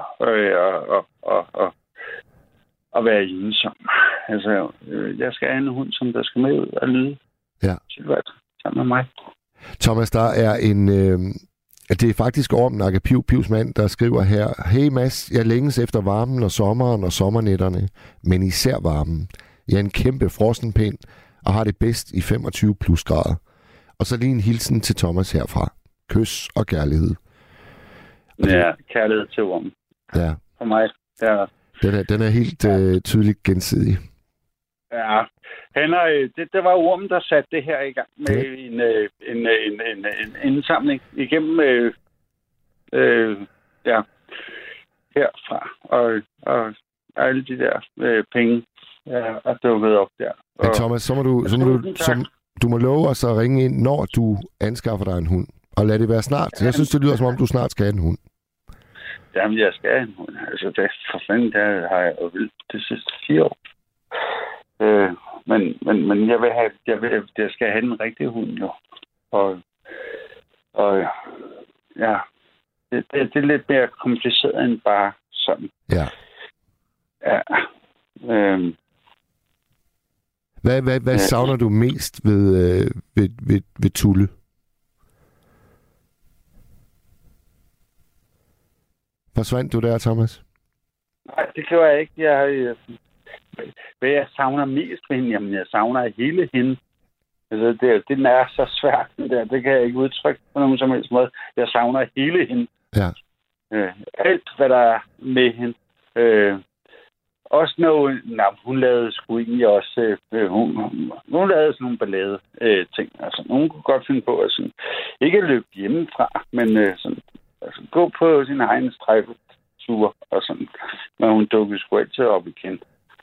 og være ensom. Altså, jeg skal have en hund, som der skal med ud og lyde. Ja. Sammen med mig. Thomas, der er en... det er faktisk Ormen Akke Pivs mand, der skriver her: Hey Mads, jeg længes efter varmen og sommeren og sommernætterne, men især varmen. Jeg er en kæmpe frossenpind og har det bedst i 25 plus grader. Og så lige en hilsen til Thomas herfra. Kys og kærlighed. Ja, kærlighed til Ormen. Ja. For mig, ja. Den er helt tydeligt gensidig. Ja. Det var Ormen, der satte det her i gang med en indsamling igennem herfra. Og alle de der penge er dukket op der. Men Thomas, du må love os at ringe ind, når du anskaffer dig en hund. Og lad det være snart. Jeg synes, det lyder som om, du snart skal have en hund. Jamen, jeg skal have en hund. Altså, det for fanden, der har jeg jo vildt de sidste 4 år. Men jeg skal have en rigtig hund, jo. Og ja, det er lidt mere kompliceret end bare sådan. Ja. Ja. Hvad savner du mest ved Tulle? Forsvandt du der, Thomas? Nej, det kan jeg ikke. Hvad jeg savner mest ved hende? Jamen, jeg savner hele hende. Altså, den er så svært, der. Det kan jeg ikke udtrykke på nogen som helst måde. Jeg savner hele hende. Ja. Alt, hvad der er med hende. Også når hun lavede sgu egentlig også... Hun lavede sådan nogle ballade ting. Altså, nogen kunne godt finde på at sådan, ikke løbe hjemmefra, men sådan, altså, gå på sin egen strækketur og sådan. Men hun dukkede sgu altid op igen.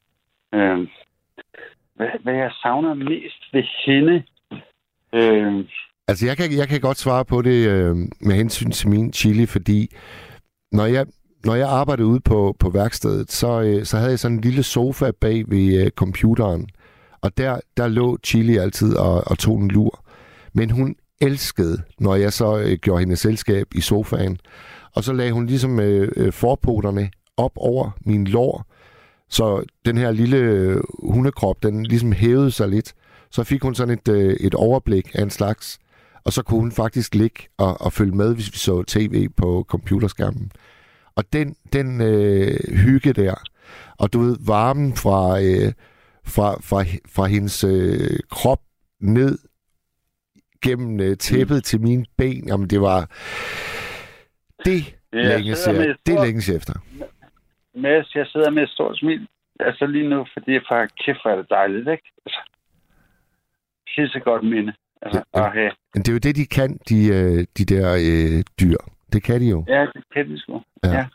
Hvad jeg savner mest ved hende? Altså, jeg kan godt svare på det med hensyn til min Chili, fordi når jeg arbejdede ude på værkstedet, så havde jeg sådan en lille sofa bag ved computeren, og der lå Chili altid og tog en lur. Men hun elskede, når jeg så gjorde hende selskab i sofaen, og så lagde hun ligesom forpoterne op over min lår, Så den her lille hundekrop, den ligesom hævede sig lidt. Så fik hun sådan et overblik af en slags, og så kunne hun faktisk ligge og følge med, hvis vi så tv på computerskærmen. Og den hygge der, og du ved, varmen fra hendes krop ned gennem tæppet til mine ben, jamen det var længes efter. Mads, jeg sidder med et stort smil. Altså lige nu, fordi jeg faktisk kæft, hvor er det dejligt, ikke? Altså, pissegodt minde. Altså, ja, men det er jo det, de kan, de der dyr. Det kan de jo. Ja, det kan de sgu. Ja.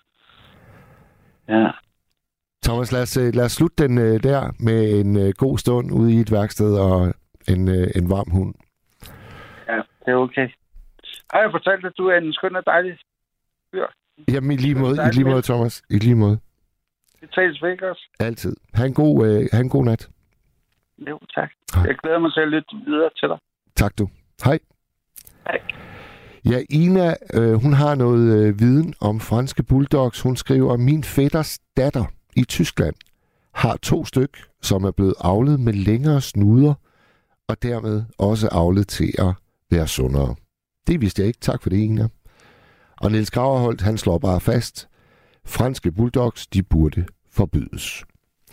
Thomas, lad os slutte den der med en god stund ude i et værksted og en varm hund. Ja, det er okay. Har jeg fortalt, at du er en skøn og dejlig dyr? Jamen, i lige måde, Thomas. I lige måde. Det tales væk også. Altid. Ha' en god nat. Jo, tak. Jeg glæder mig til at lytte videre til dig. Tak du. Hej. Hej. Ja, Ina, hun har noget viden om franske bulldogs. Hun skriver, min fætters datter i Tyskland har 2 styk, som er blevet avlet med længere snuder, og dermed også avlet til at være sundere. Det vidste jeg ikke. Tak for det, Ina. Og Niels Graverholt, han slår bare fast. Franske bulldogs, de burde forbydes.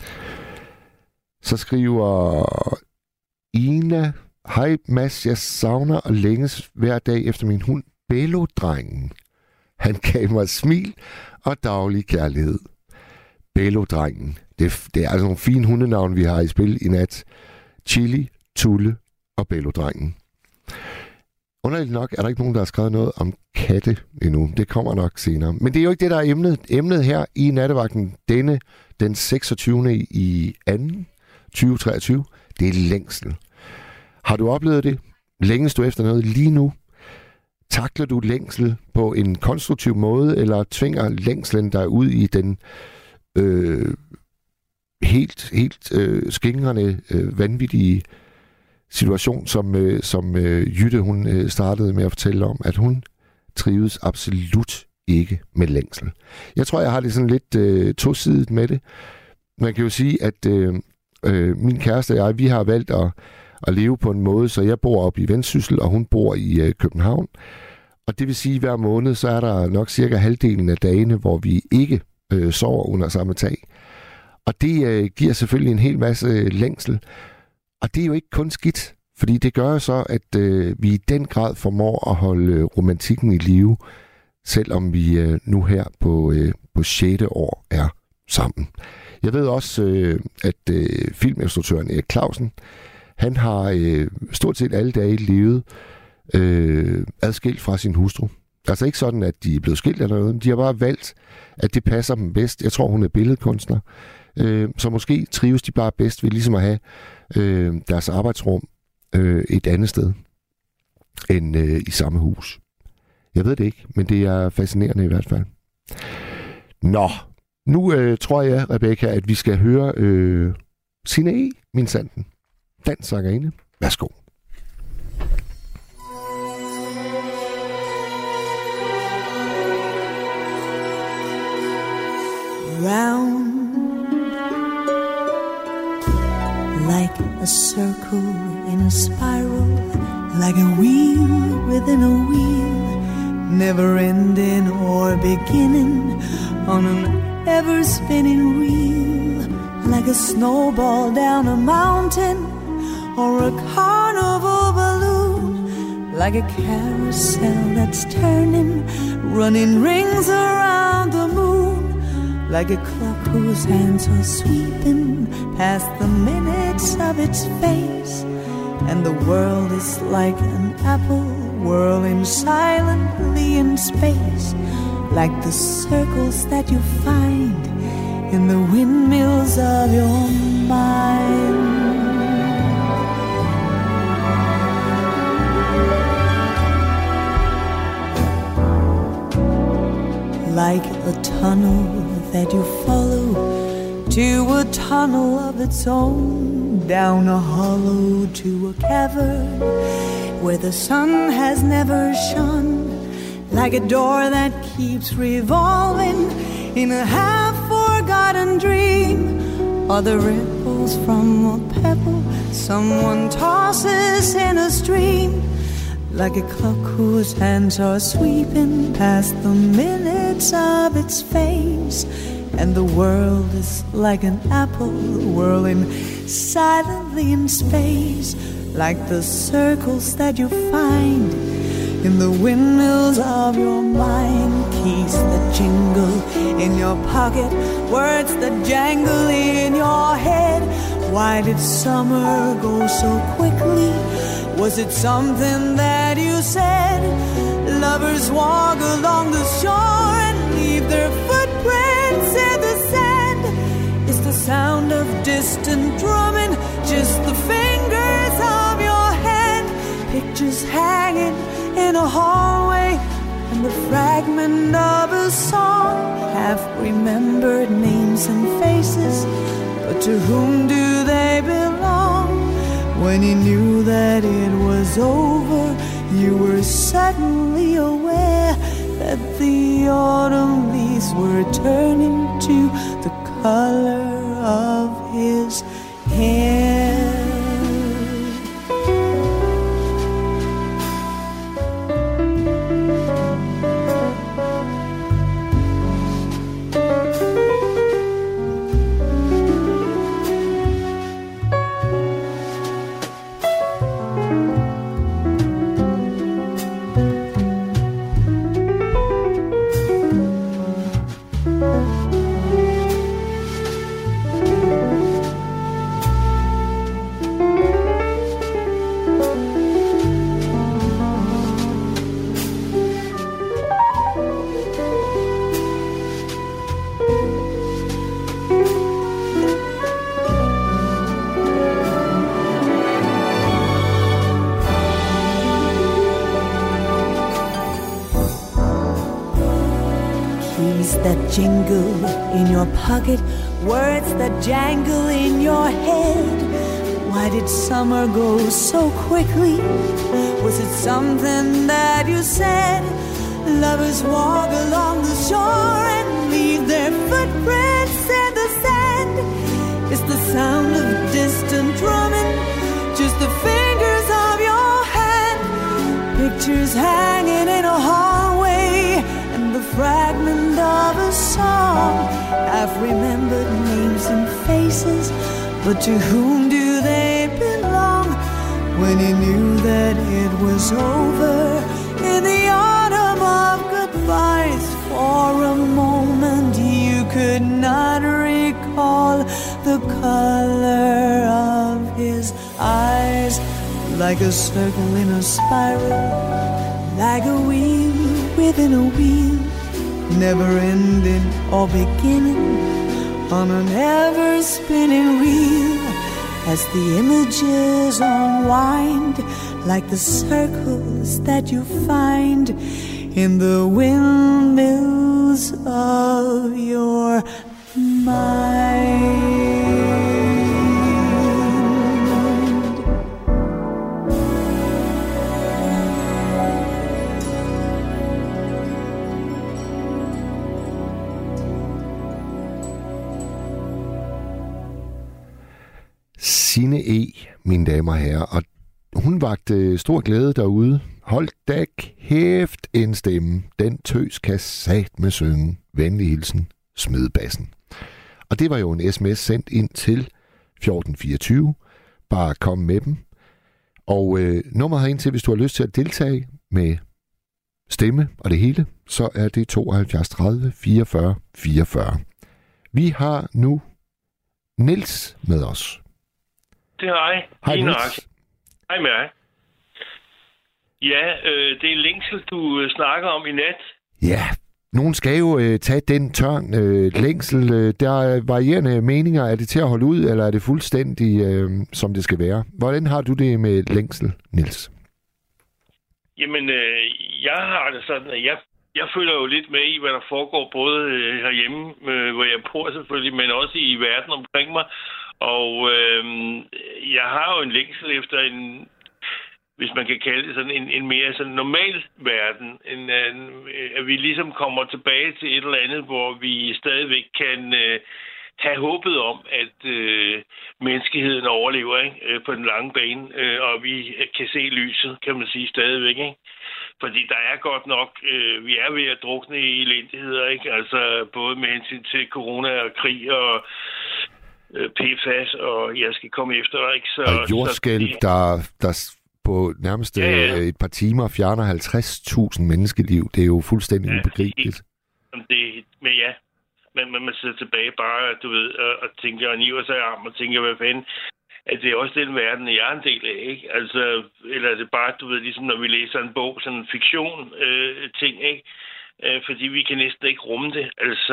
Så skriver Ina, hej Mads, jeg savner og længes hver dag efter min hund Bello-drengen. Han gav mig smil og daglig kærlighed. Bello-drengen. Det er altså nogle fine hundenavn, vi har i spil i nat. Chili, Tulle og Bello-drengen. Underligt nok er der ikke nogen, der har skrevet noget om katte endnu. Det kommer nok senere. Men det er jo ikke det, der er emnet. Emnet her i nattevagten den 26. i 2. 2023, det er længsel. Har du oplevet det? Længes du efter noget lige nu? Takler du længsel på en konstruktiv måde, eller tvinger længslen dig ud i den helt skingrende, vanvittige situation, som Jytte hun startede med at fortælle om, at hun trives absolut ikke med længsel. Jeg tror, jeg har det sådan lidt tosidigt med det. Man kan jo sige, at min kæreste og jeg, vi har valgt at leve på en måde, så jeg bor oppe i Vendsyssel, og hun bor i København. Og det vil sige, at hver måned, så er der nok cirka halvdelen af dagene, hvor vi ikke sover under samme tag. Og det giver selvfølgelig en hel masse længsel. Og det er jo ikke kun skidt, fordi det gør så, at vi i den grad formår at holde romantikken i live, selvom vi nu her på 6. år er sammen. Jeg ved også, at filminstruktøren Erik Clausen, han har stort set alle dage levet adskilt fra sin hustru. Altså ikke sådan, at de er blevet skilt eller noget. De har bare valgt, at det passer dem bedst. Jeg tror, hun er billedkunstner. Så måske trives de bare bedst ved ligesom at have deres arbejdsrum et andet sted end i samme hus. Jeg ved det ikke, men det er fascinerende i hvert fald. Nå, nu tror jeg, Rebecca, at vi skal høre Signe E., min sanden. Dansk sangerinde. Værsgo. Round like a circle in a spiral, like a wheel within a wheel, never ending or beginning on an ever spinning wheel, like a snowball down a mountain or a carnival balloon, like a carousel that's turning, running rings around the moon, like a clock whose hands are sweeping past the minutes of its face, and the world is like an apple whirling silently in space, like the circles that you find in the windmills of your mind. Like a tunnel that you follow to a tunnel of its own, down a hollow to a cavern where the sun has never shone, like a door that keeps revolving in a half-forgotten dream, or the ripples from a pebble someone tosses in a stream, like a clock whose hands are sweeping past the minutes of its phase, and the world is like an apple whirling silently in space, like the circles that you find in the windmills of your mind. Keys that jingle in your pocket, words that jangle in your head. Why did summer go so quickly? Was it something that you said? Lovers walk along the shore and leave their footprints in the sand. It's the sound of distant drumming, just the fingers of your hand. Pictures hanging in a hallway, and the fragment of a song. Half-remembered names and faces, but to whom do they belong? When you knew that it was over, you were suddenly aware that the autumn leaves were turning to the color of his hair. That jingle in your pocket, words that jangle in your head. Why did summer go so quickly? Was it something that you said? Lovers walk along the shore and leave their footprints in the sand. It's the sound of distant drumming, just the fingers of your hand. Pictures hanging in a hallway, and the fragment of a song. I've remembered names and faces, but to whom do they belong? When you knew that it was over, in the autumn of goodbyes, for a moment you could not recall the color of his eyes. Like a circle in a spiral, like a wheel within a wheel, never ending or beginning, on an ever spinning reel. As the images unwind, like the circles that you find in the windmills of your mind. Signe E., mine damer og herrer, og hun vagte stor glæde derude. Hold da kæft en stemme. Den tøs kan satme synge. Venlig hilsen, Smedbassen. Og det var jo en sms sendt ind til 1424. Bare kom med dem. Og nummeret herind til, hvis du har lyst til at deltage med stemme og det hele, så er det 72 30 44 44. Vi har nu Niels med os. Det har jeg. Hej, Niels. Hej med dig. Ja, det er længsel, du snakker om i nat. Ja, nogen skal jo tage den tørn. Længsel, der er varierende meninger. Er det til at holde ud, eller er det fuldstændig, som det skal være? Hvordan har du det med længsel, Niels? Jamen, jeg har det sådan, at jeg følger jo lidt med i, hvad der foregår, både herhjemme, hvor jeg bor selvfølgelig, men også i verden omkring mig. Og jeg har jo en længsel efter en, hvis man kan kalde det sådan, en mere sådan normal verden. At vi ligesom kommer tilbage til et eller andet, hvor vi stadigvæk have håbet om, at menneskeheden overlever, ikke? På den lange bane, og vi kan se lyset, kan man sige, stadigvæk. Ikke? Fordi der er godt nok, vi er ved at drukne i elendigheder, ikke? Altså både med hensyn til corona og krig og PFAS, og jeg skal komme efter dig, ikke? Og jordskælv, der på nærmest et par timer fjerner 50.000 menneskeliv. Det er jo fuldstændig ubegribeligt. Men ja, man sidder tilbage bare, du ved, og tænker, og niver sig i arm, og tænker, hvad fanden, at det er også den verden, jeg er en del af, ikke? Altså, eller er det bare, du ved, ligesom når vi læser en bog, sådan en fiktion ting, ikke? Fordi vi kan næsten ikke rumme det. Altså,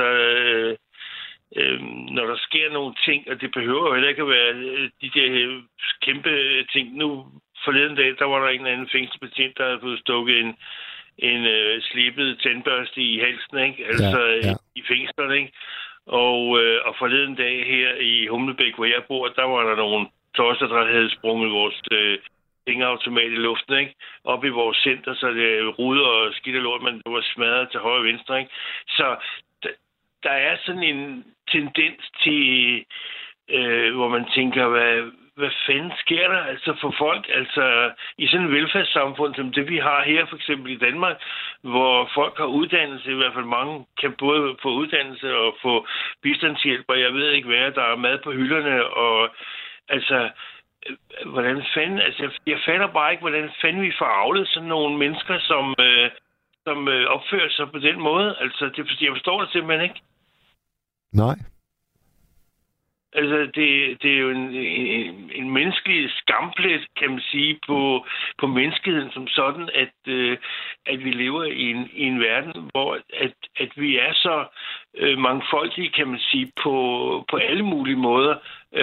når der sker nogle ting, og det behøver jo heller ikke at være de der kæmpe ting. Nu forleden dag, der var der en eller anden fængselsbetjent, der havde fået stukket en slebet tandbørste i halsen, ikke? Altså i fængslerne, ikke? Og forleden dag her i Humlebæk, hvor jeg bor, der var der nogle tosser, der havde sprunget vores pengeautomat i luften, ikke? Op i vores center, så det ruder og skidt og lort, men det var smadret til højre og venstre, ikke? Så der er sådan en tendens til, hvor man tænker, hvad fanden sker der altså for folk? Altså i sådan et velfærdssamfund som det, vi har her, for eksempel i Danmark, hvor folk har uddannelse, i hvert fald mange kan både få uddannelse og få bistandshjælp, og jeg ved ikke hvad, der er mad på hylderne, og altså, hvordan fanden, altså jeg fatter bare ikke, hvordan fanden vi får avlet sådan nogle mennesker, som opfører sig på den måde. Altså, jeg forstår det simpelthen ikke. Nej. Altså, det er jo en menneskelig skamplet, kan man sige, på menneskeheden som sådan, at vi lever i en verden, hvor at vi er så mangfoldige, kan man sige, på alle mulige måder.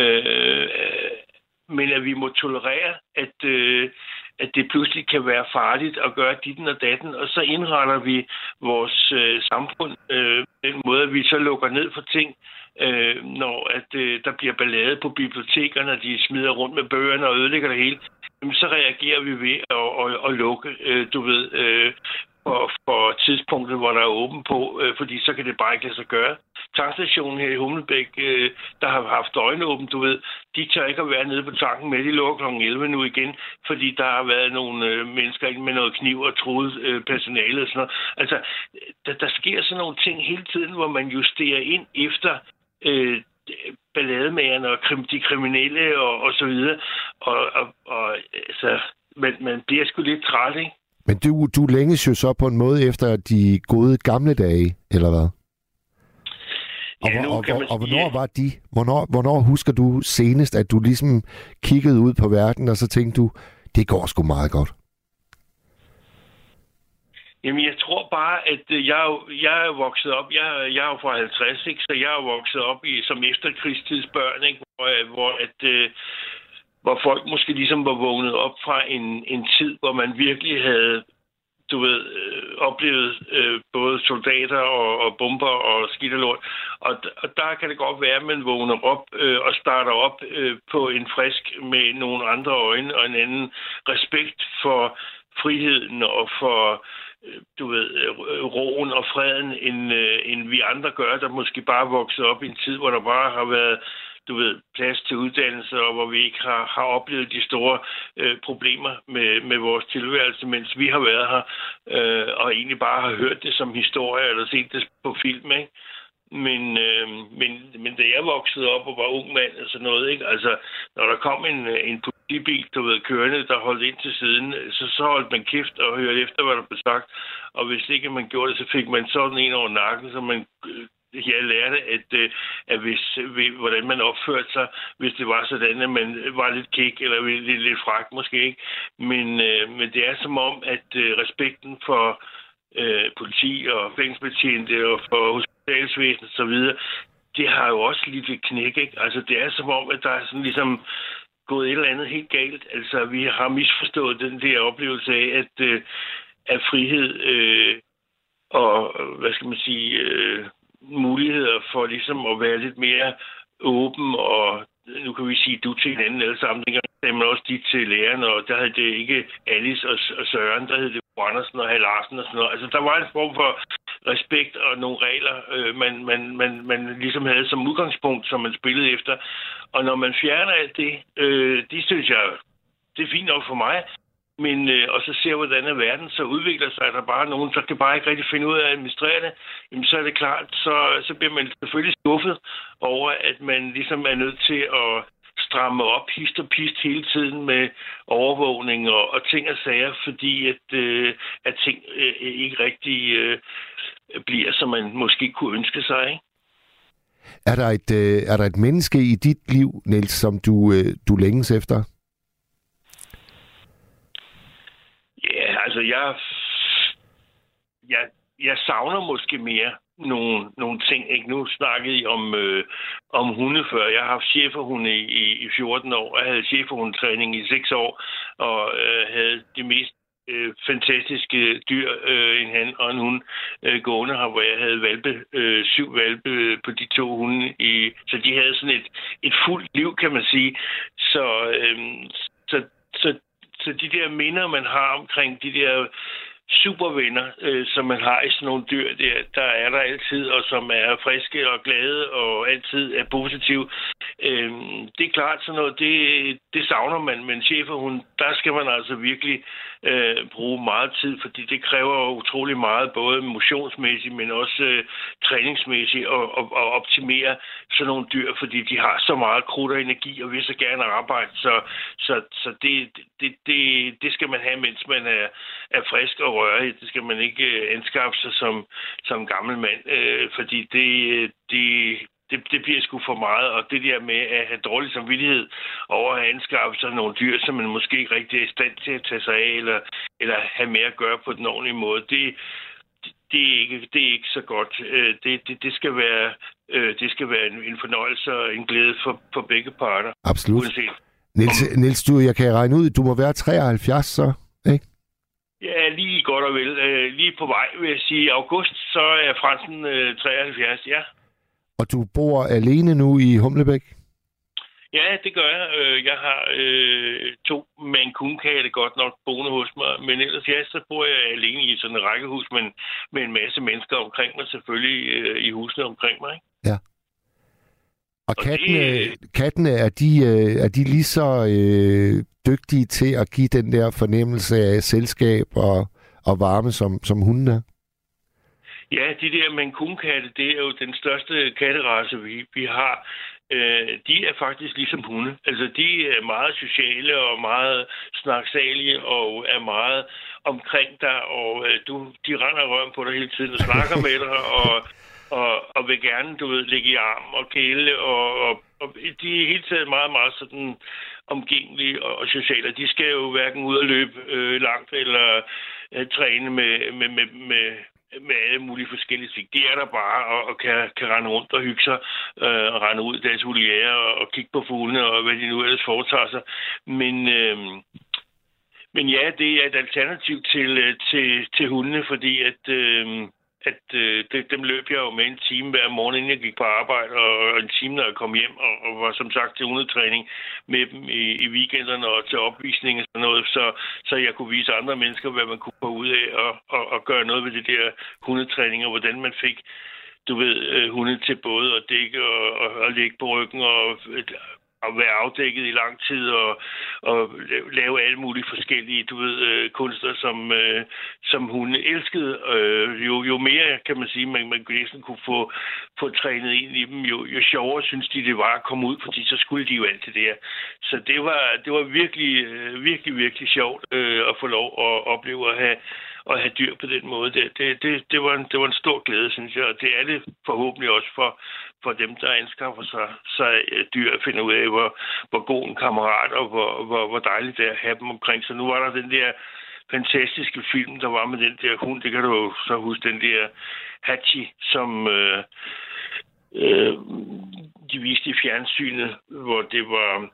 Men at vi må tolerere, at det pludselig kan være farligt at gøre ditten og datten, og så indretter vi vores samfund den måde, at vi så lukker ned for ting, når der bliver ballade på bibliotekerne, og de smider rundt med bøgerne og ødelægger det hele, så reagerer vi ved at lukke, du ved, for tidspunktet, hvor der er åben på, fordi så kan det bare ikke lade sig gøre. Tankstationen her i Humlebæk, der har haft øjenåben, du ved, de tør ikke at være nede på tanken med, de lukker kl. 11 nu igen, fordi der har været nogle mennesker ind med noget kniv og truet personalet og sådan noget. Altså, der sker sådan nogle ting hele tiden, hvor man justerer ind efter ballademagerne og de kriminelle og så videre. Og altså, man bliver sgu lidt træt, ikke? Men du længes jo så på en måde efter de gode gamle dage, eller hvad? Og hvornår var de? Hvornår husker du senest, at du ligesom kiggede ud på verden, og så tænkte du, det går sgu meget godt? Jamen, jeg tror bare, at jeg er vokset op. Jeg er jo fra 50, ikke? Så jeg er vokset op som efterkrigstidsbørn, ikke? Hvor folk måske ligesom var vågnet op fra en tid, hvor man virkelig havde, du ved, oplevet både soldater og bomber og skidt og lort. Og der kan det godt være, at man vågner op og starter op på en frisk med nogle andre øjne og en anden respekt for friheden og for, du ved, roen og freden, end vi andre gør, der måske bare vokset op i en tid, hvor der bare har været, du ved, plads til uddannelse, og hvor vi ikke har oplevet de store problemer med vores tilværelse, mens vi har været her, og egentlig bare har hørt det som historie, eller set det på film, ikke? Men da jeg voksede op og var ung mand og sådan noget, ikke? Altså, når der kom en politibil, du ved, kørende, der holdt ind til siden, så holdt man kæft og hørte efter, hvad der blev sagt. Og hvis ikke man gjorde det, så fik man sådan en over nakken, så man... Jeg lærte, at hvordan man opførte sig, hvis det var sådan, at man var lidt kæk eller lidt fræk måske ikke. Men det er som om, at respekten for politi og fængselsbetjente og for hospitalsvæsen og så videre, det har jo også lidt et knæk, ikke? Altså det er som om, at der er sådan ligesom gået et eller andet helt galt. Altså vi har misforstået den der oplevelse af, at frihed og, hvad skal man sige... muligheder for ligesom at være lidt mere åben, og nu kan vi sige du til hinanden alle sammen. Dengang sagde man også de til læreren, og der hed det ikke Alice og Søren, der hed det Andersen og Hal Larsen og sådan noget. Altså der var en form respekt og nogle regler, man ligesom havde som udgangspunkt, som man spillede efter. Og når man fjerner alt det, det synes jeg, det er fint nok for mig. Men, og så ser, hvordan verden så udvikler sig, at der bare er nogen, der kan bare ikke rigtig finde ud af at administrere det, jamen, så er det klart, så bliver man selvfølgelig skuffet over, at man ligesom er nødt til at stramme op hist og pist hele tiden med overvågning og ting og sager, fordi at ting ikke rigtig bliver, som man måske kunne ønske sig, ikke? Er der et menneske i dit liv, Niels, som du længes efter? Ja, altså jeg savner måske mere nogle ting. Ikke? Nu snakkede I om hunde før. Jeg har haft cheferhunde i 14 år. Jeg havde cheferhundetræning i 6 år, og havde de mest fantastiske dyr, en han og en hund, gående her, hvor jeg havde 7 valpe på de 2 hunde. Så de havde sådan et fuldt liv, kan man sige. Så de der minder, man har omkring de der supervenner, som man har i sådan nogle dyr, der er der altid, og som er friske og glade og altid er positive. Det er klart sådan noget, det savner man, men cheferhund, der skal man altså virkelig bruge meget tid, fordi det kræver utrolig meget, både motionsmæssigt, men også træningsmæssigt, og optimere sådan nogle dyr, fordi de har så meget krudt og energi, og vil så gerne arbejde, så det skal man have, mens man er frisk og rørig. Det skal man ikke anskaffe sig som gammel mand, fordi det bliver sgu for meget, og det der med at have dårlig samvittighed over at anskaffe sig nogle dyr, som man måske ikke rigtig er i stand til at tage sig af, eller have mere at gøre på den ordentlige måde, det er ikke så godt. Det skal være en fornøjelse og en glæde for begge parter. Absolut. Niels, jeg kan regne ud, du må være 73 så, ikke? Ja, lige godt og vel. Lige på vej, vil jeg sige. I august, så er Fransen 73, ja. Og du bor alene nu i Humlebæk? Ja, det gør jeg. Jeg har 2 Maine Coon-katte godt nok boende hos mig, men ellers så bor jeg alene i sådan et rækkehus, men med en masse mennesker omkring mig, selvfølgelig i husene omkring mig, ikke? Ja. Og kattene, er de lige så dygtige til at give den der fornemmelse af selskab og varme, som hundene? Ja, de der Maine Coon-katte, det er jo den største katterace, vi har. De er faktisk ligesom hunde. Altså, de er meget sociale og meget snaksalige og er meget omkring dig, og de render røven på dig hele tiden og snakker med dig, og vil gerne, ligge i arm og kæle, og de er hele tiden meget, meget sådan omgængelige og sociale. De skal jo hverken ud og løbe langt eller træne med alle mulige forskellige ting. De er der bare og kan rende rundt og hygge sig og rende ud i deres voliere og kigge på fuglene og hvad de nu ellers foretager sig. Men ja, det er et alternativ til hundene, fordi at dem løb jeg jo med en time hver morgen, inden jeg gik på arbejde, og en time, når jeg kom hjem, og var som sagt til hundetræning med dem i weekenderne og til opvisning og sådan noget, så jeg kunne vise andre mennesker, hvad man kunne få ud af og gøre noget ved det der hundetræning, og hvordan man fik, hunde til både at dække og ligge på ryggen og være afdækket i lang tid og lave alle mulige forskellige, kunster, som hunde elskede. Jo mere, kan man sige, man næsten kunne få trænet ind i dem, jo sjovere synes de, det var at komme ud, fordi så skulle de jo alt det der. Så det var virkelig, virkelig, virkelig sjovt at få lov at opleve at have dyr på den måde. Det var en stor glæde, synes jeg, og det er det forhåbentlig også for dem, der anskaffer sig dyr, at finde ud af, hvor god en kammerat, og hvor dejligt det er at have dem omkring. Så nu var der den der fantastiske film, der var med den der hund. Det kan du jo så huske, den der Hachi, som de viste i fjernsynet, hvor det var,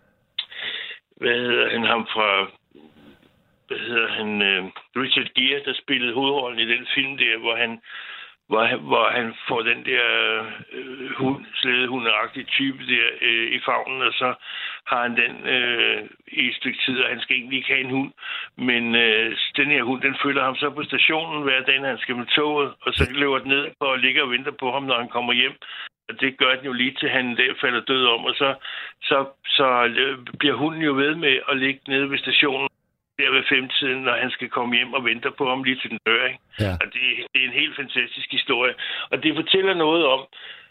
Richard Gere, der spillede hovedrollen i den film der, hvor han får den der slædehundagtige type der i favnen, og så har han den i et stykke tid, og han skal egentlig ikke have en hund. Men den her hund, den følger ham så på stationen hver dag, når han skal med toget, og så løber den ned og ligger og venter på ham, når han kommer hjem. Og det gør den jo lige til, han der falder død om, og så bliver hunden jo ved med at ligge nede ved stationen der ved 5-tiden, når han skal komme hjem og venter på ham lige til den dør. Ikke? Ja. Og det er en helt fantastisk historie. Og det fortæller noget om,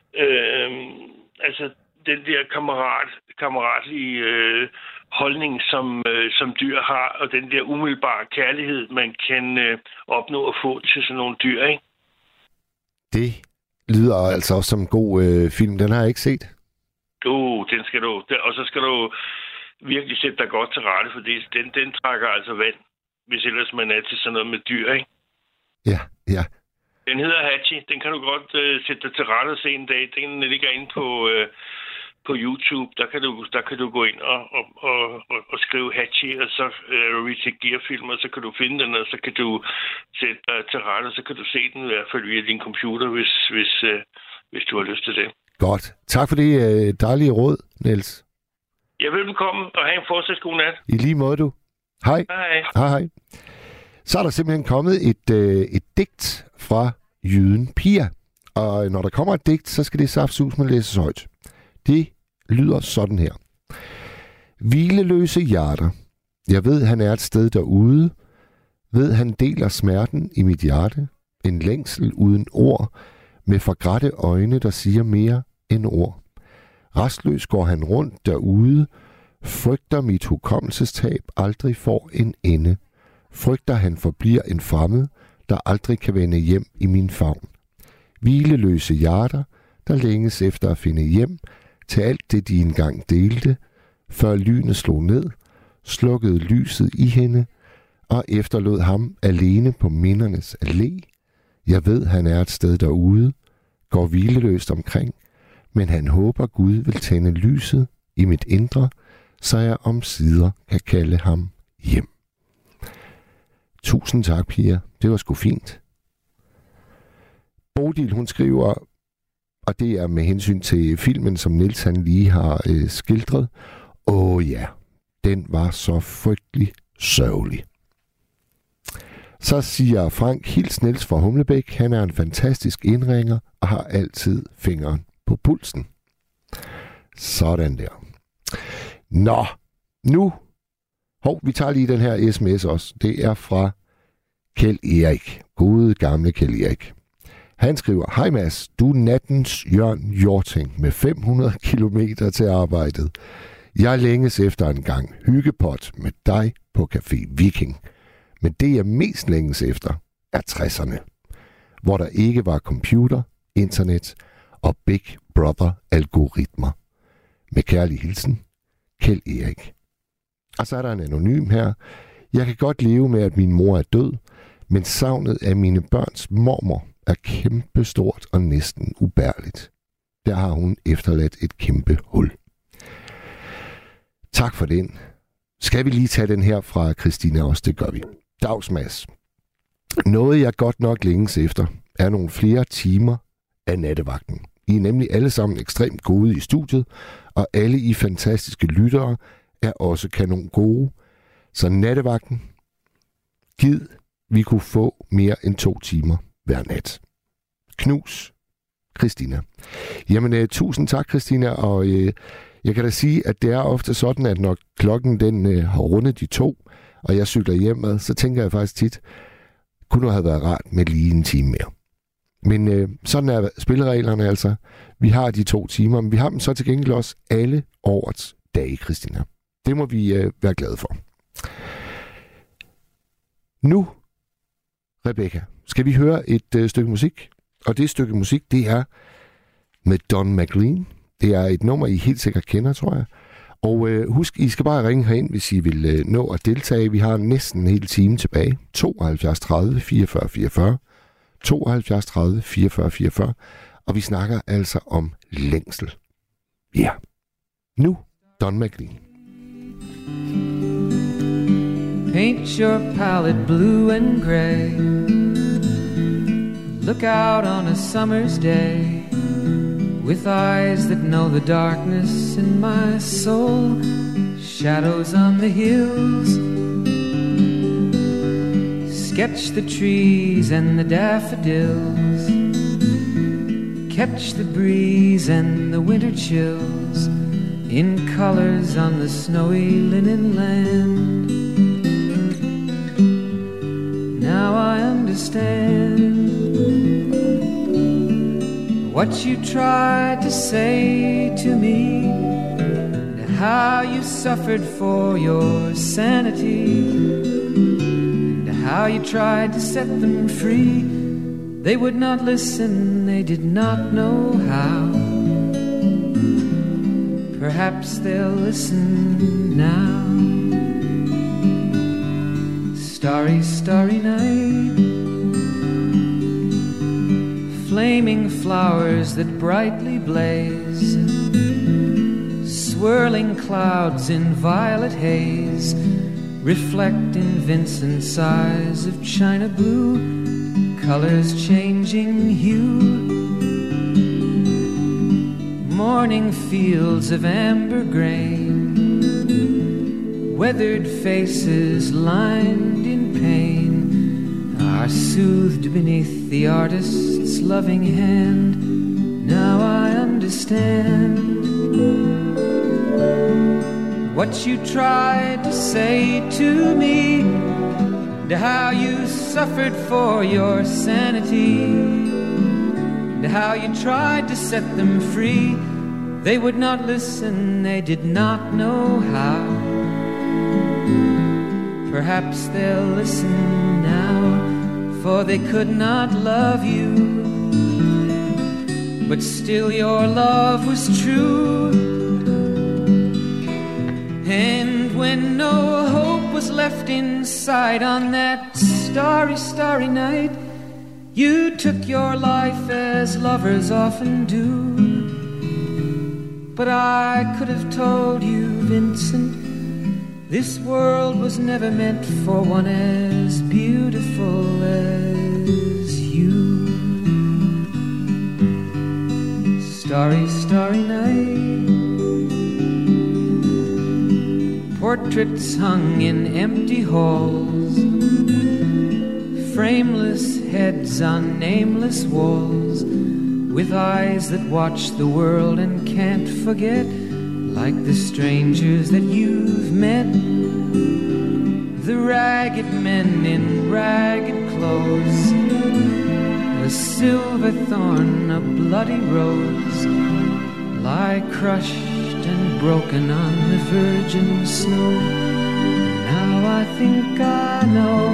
altså den der kammeratlige holdning, som dyr har, og den der umiddelbare kærlighed, man kan opnå at få til sådan nogle dyr. Ikke? Det lyder altså også som en god film. Den har jeg ikke set. Den skal du. Og så skal du virkelig sætte dig godt til rette, for den trækker altså vand, hvis ellers man er til sådan noget med dyr, ikke? Ja. Den hedder Hachi. Den kan du godt sætte dig til rette og se en dag. Den ligger inde på YouTube. Der kan du gå ind og skrive Hachi, og så Richard Gere-film, og så kan du finde den, og så kan du sætte dig til rette, og så kan du se den i hvert fald via din computer, hvis du har lyst til det. Godt. Tak for det dejlige råd, Niels. Ja, velkommen, og have en fortsat god nat. I lige måde, du. Hej. Hej. Så er der simpelthen kommet et digt fra jyden Pia. Og når der kommer et digt, så skal det saftsus med læses højt. Det lyder sådan her. Hvileløse hjerter. Jeg ved, han er et sted derude. Ved, han deler smerten i mit hjerte. En længsel uden ord. Med forgrætte øjne, der siger mere end ord. Restløs går han rundt derude. Frygter mit hukommelsestab aldrig får en ende. Frygter han forbliver en fremmed, der aldrig kan vende hjem i min favn. Hvileløse hjerter, der længes efter at finde hjem til alt det, de engang delte, før lynet slog ned, slukkede lyset i hende og efterlod ham alene på mindernes allé. Jeg ved, han er et sted derude, går hvileløst omkring, men han håber, Gud vil tænde lyset i mit indre, så jeg omsider kan kalde ham hjem. Tusind tak, Pia. Det var sgu fint. Bodil, hun skriver, og det er med hensyn til filmen, som Niels han lige har skildret. Ja, den var så frygtelig sørgelig. Så siger Frank, hils Niels fra Humlebæk. Han er en fantastisk indringer og har altid fingeren på pulsen. Sådan der. Nå, nu. Vi tager lige den her sms også. Det er fra Kjeld Erik. Gode gamle Kjeld Erik. Han skriver, hej Mads, du er nattens Jørgen Hjorting med 500 kilometer til arbejdet. Jeg længes efter en gang hyggepot med dig på Café Viking. Men det jeg mest længes efter er 60'erne, hvor der ikke var computer, internet og Big Brother-algoritmer. Med kærlig hilsen, Kjeld Erik. Og så er der en anonym her. Jeg kan godt leve med, at min mor er død, men savnet af mine børns mormor er kæmpestort og næsten ubærligt. Der har hun efterladt et kæmpe hul. Tak for den. Skal vi lige tage den her fra Christina også? Det gør vi. Dags Mads. Noget jeg godt nok længes efter er nogle flere timer af nattevagten. I er nemlig alle sammen ekstremt gode i studiet, og alle I fantastiske lyttere er også kanon gode. Så nattevagten, gid vi kunne få mere end 2 timer hver nat. Knus, Christina. Jamen, tusind tak, Christina, og jeg kan da sige, at det er ofte sådan, at når klokken den har rundet de 2, og jeg cykler hjemad, så tænker jeg faktisk tit, kunne det have været rart med lige en time mere. Men sådan er spillereglerne altså. Vi har de 2 timer, men vi har dem så til gengæld også alle årets dage, Christina. Det må vi være glade for. Nu, Rebecca, skal vi høre et stykke musik. Og det stykke musik, det er med Don McLean. Det er et nummer, I helt sikkert kender, tror jeg. Og husk, I skal bare ringe herind, hvis I vil nå at deltage. Vi har næsten en hel time tilbage. 72 30 44 44. 72 30 44 44. Og vi snakker altså om længsel. Ja. Yeah. Nu, Don McLean. Paint your palette blue and gray. Look out on a summer's day with eyes that know the darkness in my soul. shadows on the hills. Sketch the trees and the daffodils. Catch the breeze and the winter chills in colors on the snowy linen land. Now I understand what you tried to say to me, and how you suffered for your sanity, and how you tried to set them free. They would not listen, they did not know how. Perhaps they'll listen now. Starry, starry night, flaming flowers that brightly blaze, swirling clouds in violet haze, reflect in Vincent's eyes of china blue, colors changing hue. Morning fields of amber grain, weathered faces lined in pain, are soothed beneath the artist's loving hand. Now I understand what you tried to say to me, and how you suffered for your sanity, and how you tried to set them free. They would not listen, they did not know how. Perhaps they'll listen now, for they could not love you, but still your love was true. And when no hope was left inside on that starry, starry night, you took your life as lovers often do. But I could have told you, Vincent, this world was never meant for one as beautiful as you. Starry, starry night, portraits hung in empty halls, frameless heads on nameless walls, with eyes that watch the world and can't forget, like the strangers that you've met. The ragged men in ragged clothes, a silver thorn, a bloody rose, lie crushed and broken on the virgin snow. Now I think I know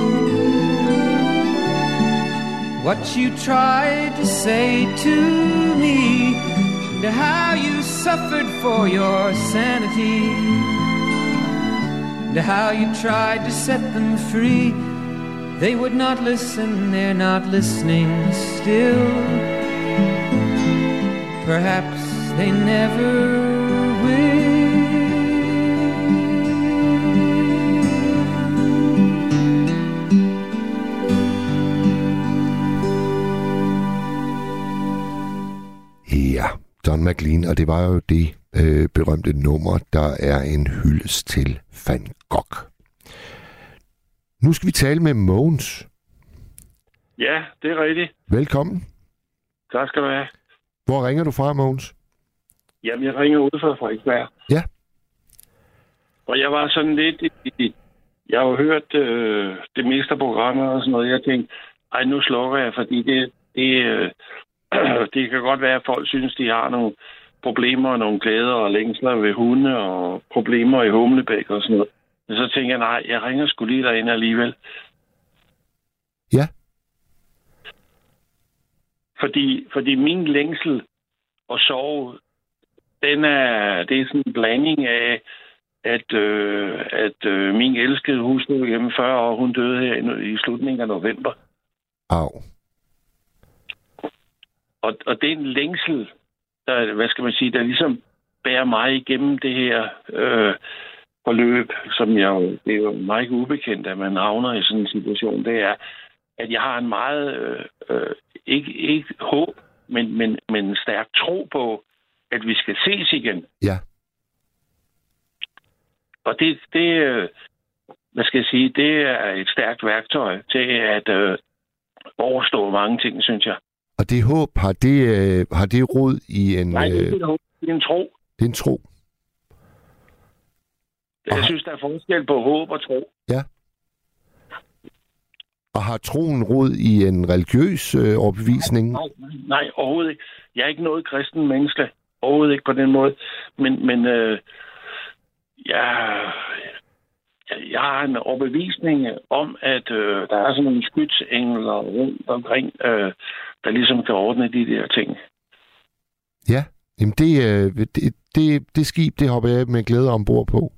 what you tried to say to me, and how you suffered for your sanity, and how you tried to set them free. They would not listen, they're not listening still. Perhaps they never will. Ja, Don McLean, og det var jo det berømte nummer, der er en hyldest til Van Gogh. Nu skal vi tale med Mogens. Ja, det er rigtigt. Velkommen. Tak skal du have. Hvor ringer du fra, Mogens? Jamen, jeg ringer ud fra Frederiksberg. Ja. Og jeg var sådan lidt... Jeg har jo hørt det meste af programmer og sådan noget. Jeg tænkte, nu slukker jeg, fordi det kan godt være, at folk synes, de har nogle problemer og nogle glæder og længsler ved hunde og problemer i Humlebæk og sådan noget. Men så tænker jeg, nej, jeg ringer sgu lige derinde alligevel. Ja. Fordi min længsel og sorg, det er sådan en blanding af, at min elskede hustru hjemme 40 år, hun døde her i slutningen af november. Au. Og det er en længsel, der, hvad skal man sige, der ligesom bærer mig igennem det her forløb, som det er jo meget ubekendt, at man havner i sådan en situation. Det er, at jeg har en meget, ikke håb, men en stærk tro på, at vi skal ses igen. Ja. Og det, hvad skal jeg sige, det er et stærkt værktøj til at overstå mange ting, synes jeg. Og det håb, har det rod i en... Nej, det er et håb. Det er en tro. Det er en tro. Jeg synes, der er forskel på håb og tro. Ja. Og har troen rod i en religiøs overbevisning? Nej, overhovedet ikke. Jeg er ikke noget kristen menneske. Overhovedet ikke på den måde. Men jeg har en overbevisning om, at der er sådan nogle skytsengler rundt omkring, der ligesom kan ordne de der ting. Ja, jamen det skib, det hopper jeg med glæde ombord på.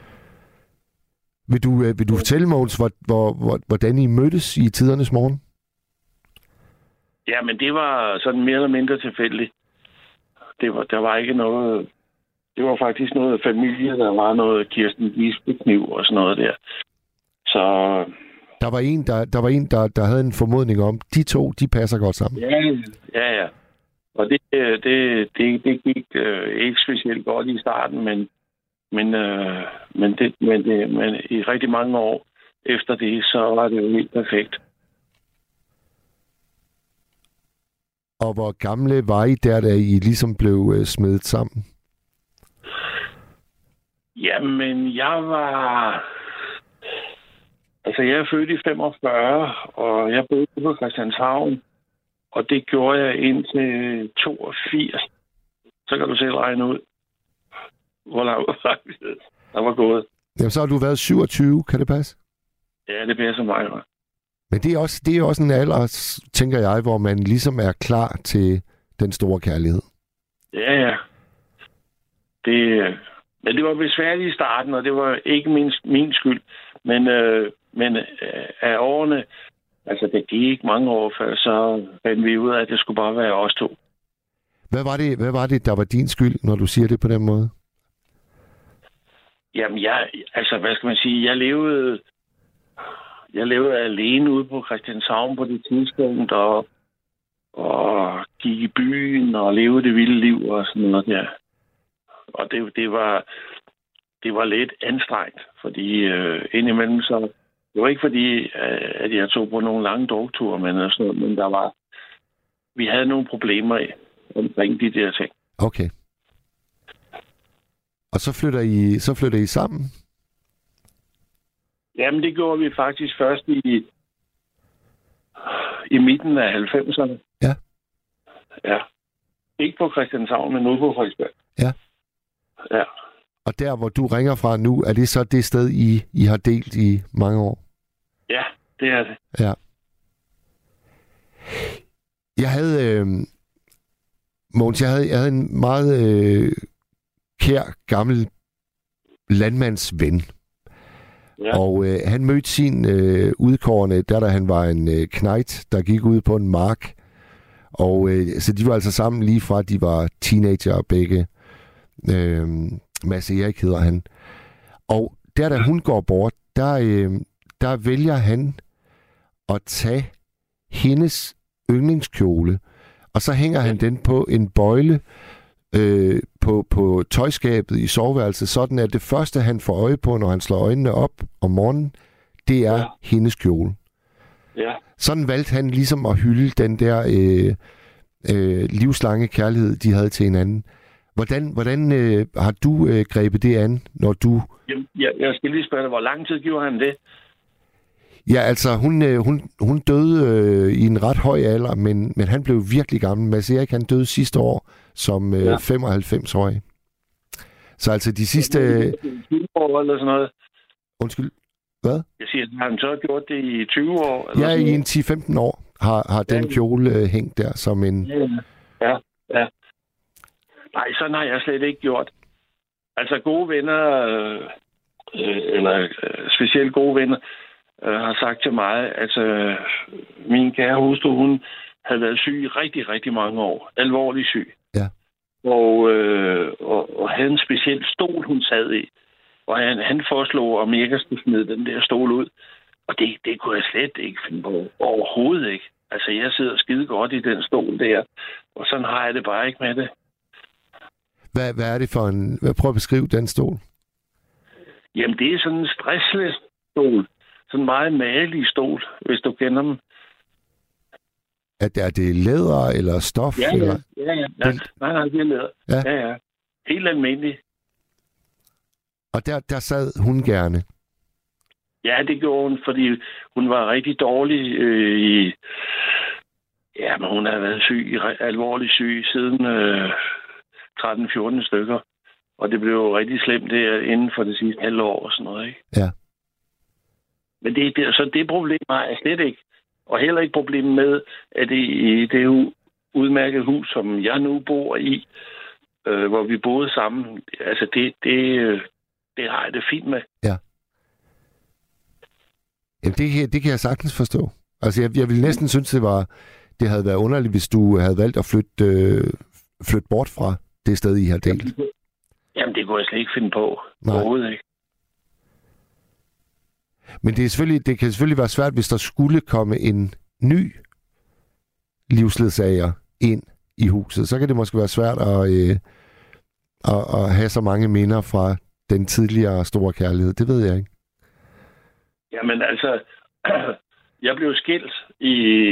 Vil du fortælle, Mogens, hvordan I mødtes i tidernes morgen? Ja, men det var sådan mere eller mindre tilfældigt. Der var ikke noget... Det var faktisk noget familie, der var noget Kirsten Gisbekniv og sådan noget der. Så... Der var en, der havde en formodning om, de to, de passer godt sammen. Ja. Og det gik ikke specielt godt i starten, men i rigtig mange år efter det, så var det jo helt perfekt. Og hvor gamle var I da I ligesom blev smedet sammen? Jamen, jeg er født i 45, og jeg boede på Christianshavn, og det gjorde jeg indtil 82. Så kan du selv regne ud, hvor lang der var gået. Jamen, så har du været 27, kan det passe? Ja, det bliver så meget. Men det er også en alder, tænker jeg, hvor man ligesom er klar til den store kærlighed. Ja. Men det var besværligt i starten, og det var ikke mindst min skyld. Men af årene, altså det gik ikke mange år før, så fandt vi ud af, at det skulle bare være os to. Hvad var det, der var din skyld, når du siger det på den måde? Jamen, hvad skal man sige? Jeg levede alene ude på Christianshavn på det tidspunkt, og gik i byen og levede det vilde liv og sådan noget der. Og det var lidt anstrengt, fordi indimellem så... Det var ikke fordi, at jeg tog på nogle lange drogture, men vi havde nogle problemer omkring de der ting. Okay. Og så flytter I sammen? Jamen, det gjorde vi faktisk først i midten af 90'erne. Ja. Ja. Ikke på Christianshavn, men ude på Frederiksberg. Ja. Ja. Og der, hvor du ringer fra nu, er det så det sted, I har delt i mange år? Ja, det er det. Ja. Jeg havde... Mogens, jeg havde en meget kær, gammel landmandsven. Ja. Og han mødte sin udkårne, da han var en knejt, der gik ud på en mark. Og så de var altså sammen lige fra, de var teenager begge. Mads Erik hedder han. Og da hun går bort, der vælger han at tage hendes yndlingskjole, og så hænger han den på en bøjle på tøjskabet i soveværelset, sådan at det første, han får øje på, når han slår øjnene op om morgenen, det er hendes kjole. Ja. Sådan valgte han ligesom at hylde den der livslange kærlighed, de havde til hinanden. Hvordan har du grebet det an, når du... Jeg skal lige spørge dig, hvor lang tid gjorde han det? Ja, altså, hun døde i en ret høj alder, men han blev virkelig gammel. Mads Erik, han døde sidste år som 95-årig. Så altså de sidste... 20 år eller sådan noget? Undskyld, hvad? Jeg siger, har han så gjort det i 20 år? Eller ja, i en 10-15 år har den kjole hængt der som en... Ja. Nej, sådan har jeg slet ikke gjort. Altså gode venner, eller specielt gode venner, har sagt til mig, at min kære hustru, hun havde været syg i rigtig, rigtig mange år. Alvorlig syg. Ja. Og havde en speciel stol, hun sad i. Og han foreslog, om jeg skulle smide den der stol ud. Og det kunne jeg slet ikke finde på. Overhovedet ikke. Altså, jeg sidder skide godt i den stol der. Og sådan har jeg det bare ikke med det. Hvad er det for en... Prøv at beskrive den stol. Jamen, det er sådan en stressless stol. Sådan en meget magelig stol, hvis du kender dem. Er det læder eller stof? Ja, eller? ja. Nej, det er læder. Ja. Helt almindeligt. Og der sad hun gerne? Ja, det gjorde hun, fordi hun var rigtig dårlig men hun har været alvorligt syg siden 13-14 stykker. Og det blev jo rigtig slemt der inden for det sidste halve år og sådan noget, ikke? Ja. Men det problem har jeg slet ikke. Og heller ikke problemet med, at det udmærkede hus, som jeg nu bor i, hvor vi boede sammen, altså det har jeg det fint med. Ja. Jamen, det kan jeg sagtens forstå. Altså, jeg ville næsten synes, det havde været underligt, hvis du havde valgt at flytte bort fra det sted, I har delt. Jamen, det kunne jeg slet ikke finde på. Nej. Overhovedet ikke. Men det kan selvfølgelig være svært, hvis der skulle komme en ny livsledsager ind i huset. Så kan det måske være svært at have så mange minder fra den tidligere store kærlighed. Det ved jeg ikke. Jamen altså, jeg blev skilt i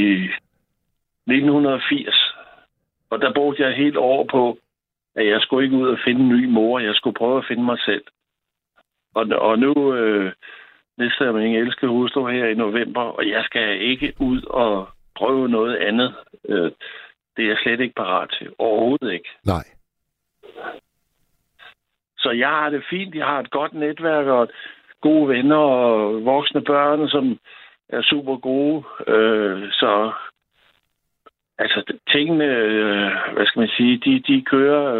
1980. Og der brugte jeg helt over på, at jeg skulle ikke ud og finde en ny mor. Jeg skulle prøve at finde mig selv. Og nu mister jeg min elskede hustru her i november, og jeg skal ikke ud og prøve noget andet. Det er jeg slet ikke parat til. Overhovedet ikke. Nej. Så jeg har det fint. Jeg har et godt netværk og gode venner og voksne børn, som er super gode. Så altså tingene, hvad skal man sige, de kører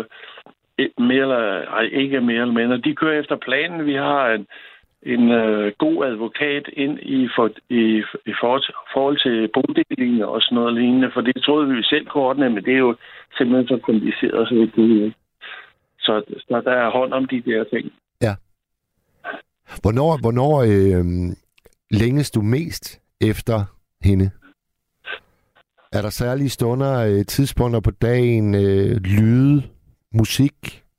ikke mere eller mindre. De kører efter planen. Vi har en god advokat ind i forhold til bodelingen og sådan noget lignende, for det troede vi selv kortene, men det er jo simpelthen så kompliceret, så vi kunne. Så der er hånd om de der ting. Ja. Hvornår længes du mest efter hende? Er der særlige stunder, tidspunkter på dagen, lyde, musik?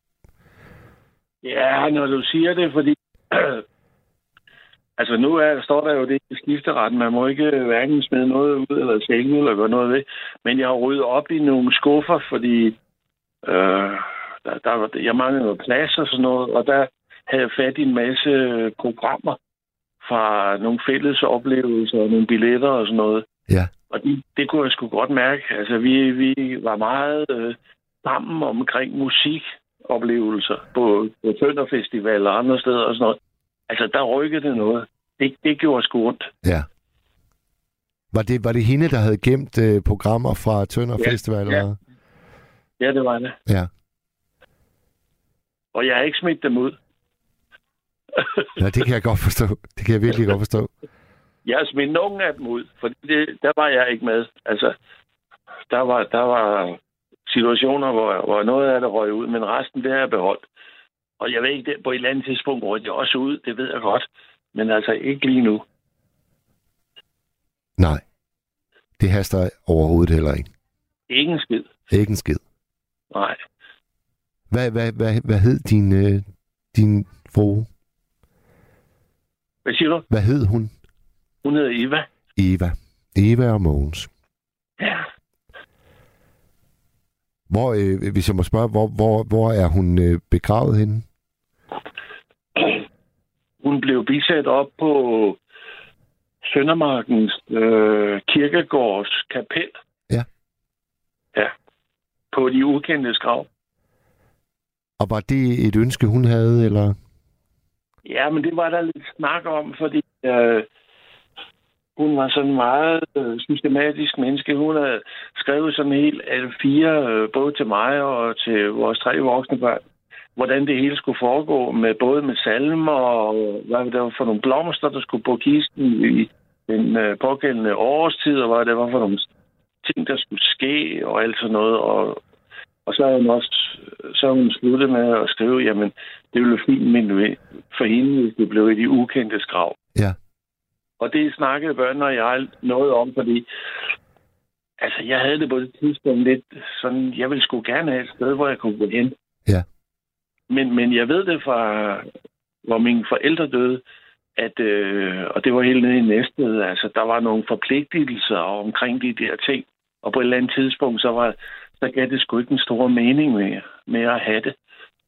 Ja, når du siger det, fordi altså nu står der jo det i skifteretten. Man må ikke hverken smide noget ud eller sælge eller gøre noget ved. Men jeg har ryddet op i nogle skuffer, fordi jeg manglede noget plads og sådan noget. Og der havde jeg fat i en masse programmer fra nogle fælles oplevelser og nogle billetter og sådan noget. Ja. Og det kunne jeg sgu godt mærke. Altså vi var meget sammen omkring musikoplevelser på Tønder-festival og andre steder og sådan noget. Altså, der rykkede det noget. Det gjorde sgu ondt. Ja. Var det hende, der havde gemt programmer fra Tønder Festival? Ja. Ja, det var det. Ja. Og jeg har ikke smidt dem ud. Ja, det kan jeg godt forstå. Det kan jeg virkelig godt forstå. Jeg har smidt nogle af dem ud, for der var jeg ikke med. Altså, der var situationer, hvor noget af det røg ud, men resten det har jeg beholdt. Og jeg ved ikke, på et eller andet tidspunkt røg det også ud, det ved jeg godt. Men altså ikke lige nu. Nej. Det haster overhovedet heller ikke. Ikke en skid. Ikke en skid. Nej. Hvad hed din frue? Hvad siger du? Hvad hed hun? Hun hedder Eva. Eva og Mogens. Ja. Hvis jeg må spørge, hvor er hun begravet henne? Hun blev bisat op på Søndermarkens kirkegårds kapel. Ja. Ja. På de ukendtes grav. Og var det et ønske, hun havde, eller? Ja, men det var der lidt snak om, fordi hun var sådan meget systematisk menneske. Hun havde skrevet sådan helt A4, både til mig og til vores 3 voksne børn, hvordan det hele skulle foregå, både med salmer og hvad det var for nogle blomster, der skulle på kisten i den pågældende årstid, og hvad det var for nogle ting, der skulle ske og alt sådan noget. Og så har hun sluttet med at skrive, jamen, det ville fint for hende, hvis det blev i de ukendtes grav. Ja. Og det snakkede børnene og jeg noget om, fordi altså, jeg havde det på det tidspunkt lidt sådan, jeg ville sgu gerne have et sted, hvor jeg kunne gå hen. Ja. Men jeg ved det fra hvor mine forældre døde, at, og det var helt nede i Næstved, altså der var nogle forpligtelser omkring de der ting, og på et eller andet tidspunkt, så gav det sgu ikke en stor mening med at have det.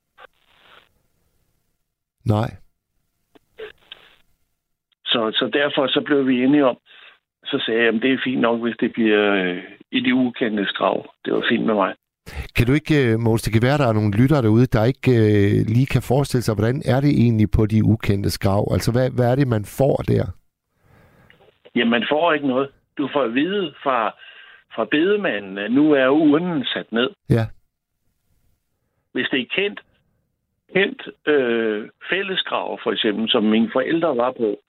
Nej. Så derfor så blev vi enige om, så sagde jeg, at det er fint nok, hvis det bliver i de ukendte grav. Det var fint med mig. Kan du ikke, Mogens, det kan være, der er nogle lyttere derude, der ikke lige kan forestille sig, hvordan er det egentlig på de ukendte grav? Altså, hvad er det, man får der? Jamen, man får ikke noget. Du får at vide fra bedemanden, at nu er urnen sat ned. Ja. Hvis det er kendt fællesgrav, for eksempel, som mine forældre var på,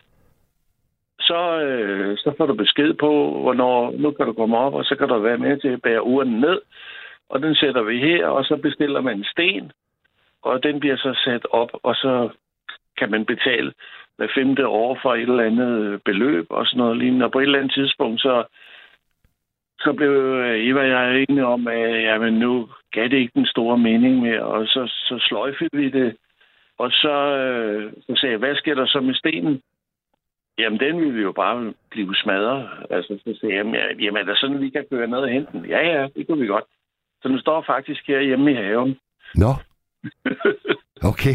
så får du besked på, hvornår nu kan du komme op, og så kan du være med til at bære urnen ned, og den sætter vi her, og så bestiller man en sten, og den bliver så sat op, og så kan man betale hver 5. år for et eller andet beløb, og sådan noget lignende. Og på et eller andet tidspunkt, så blev Eva og jeg enige om, at jamen, nu gav det ikke den store mening mere, og så sløjfede vi det, og så sagde jeg, hvad sker der så med stenen? Jamen, den ville jo bare blive smadret. Altså, så sagde jeg, jamen, er det sådan, vi kan køre ned og hente den? Ja, det kunne vi godt. Så den står faktisk her hjemme i haven. Nå. Okay.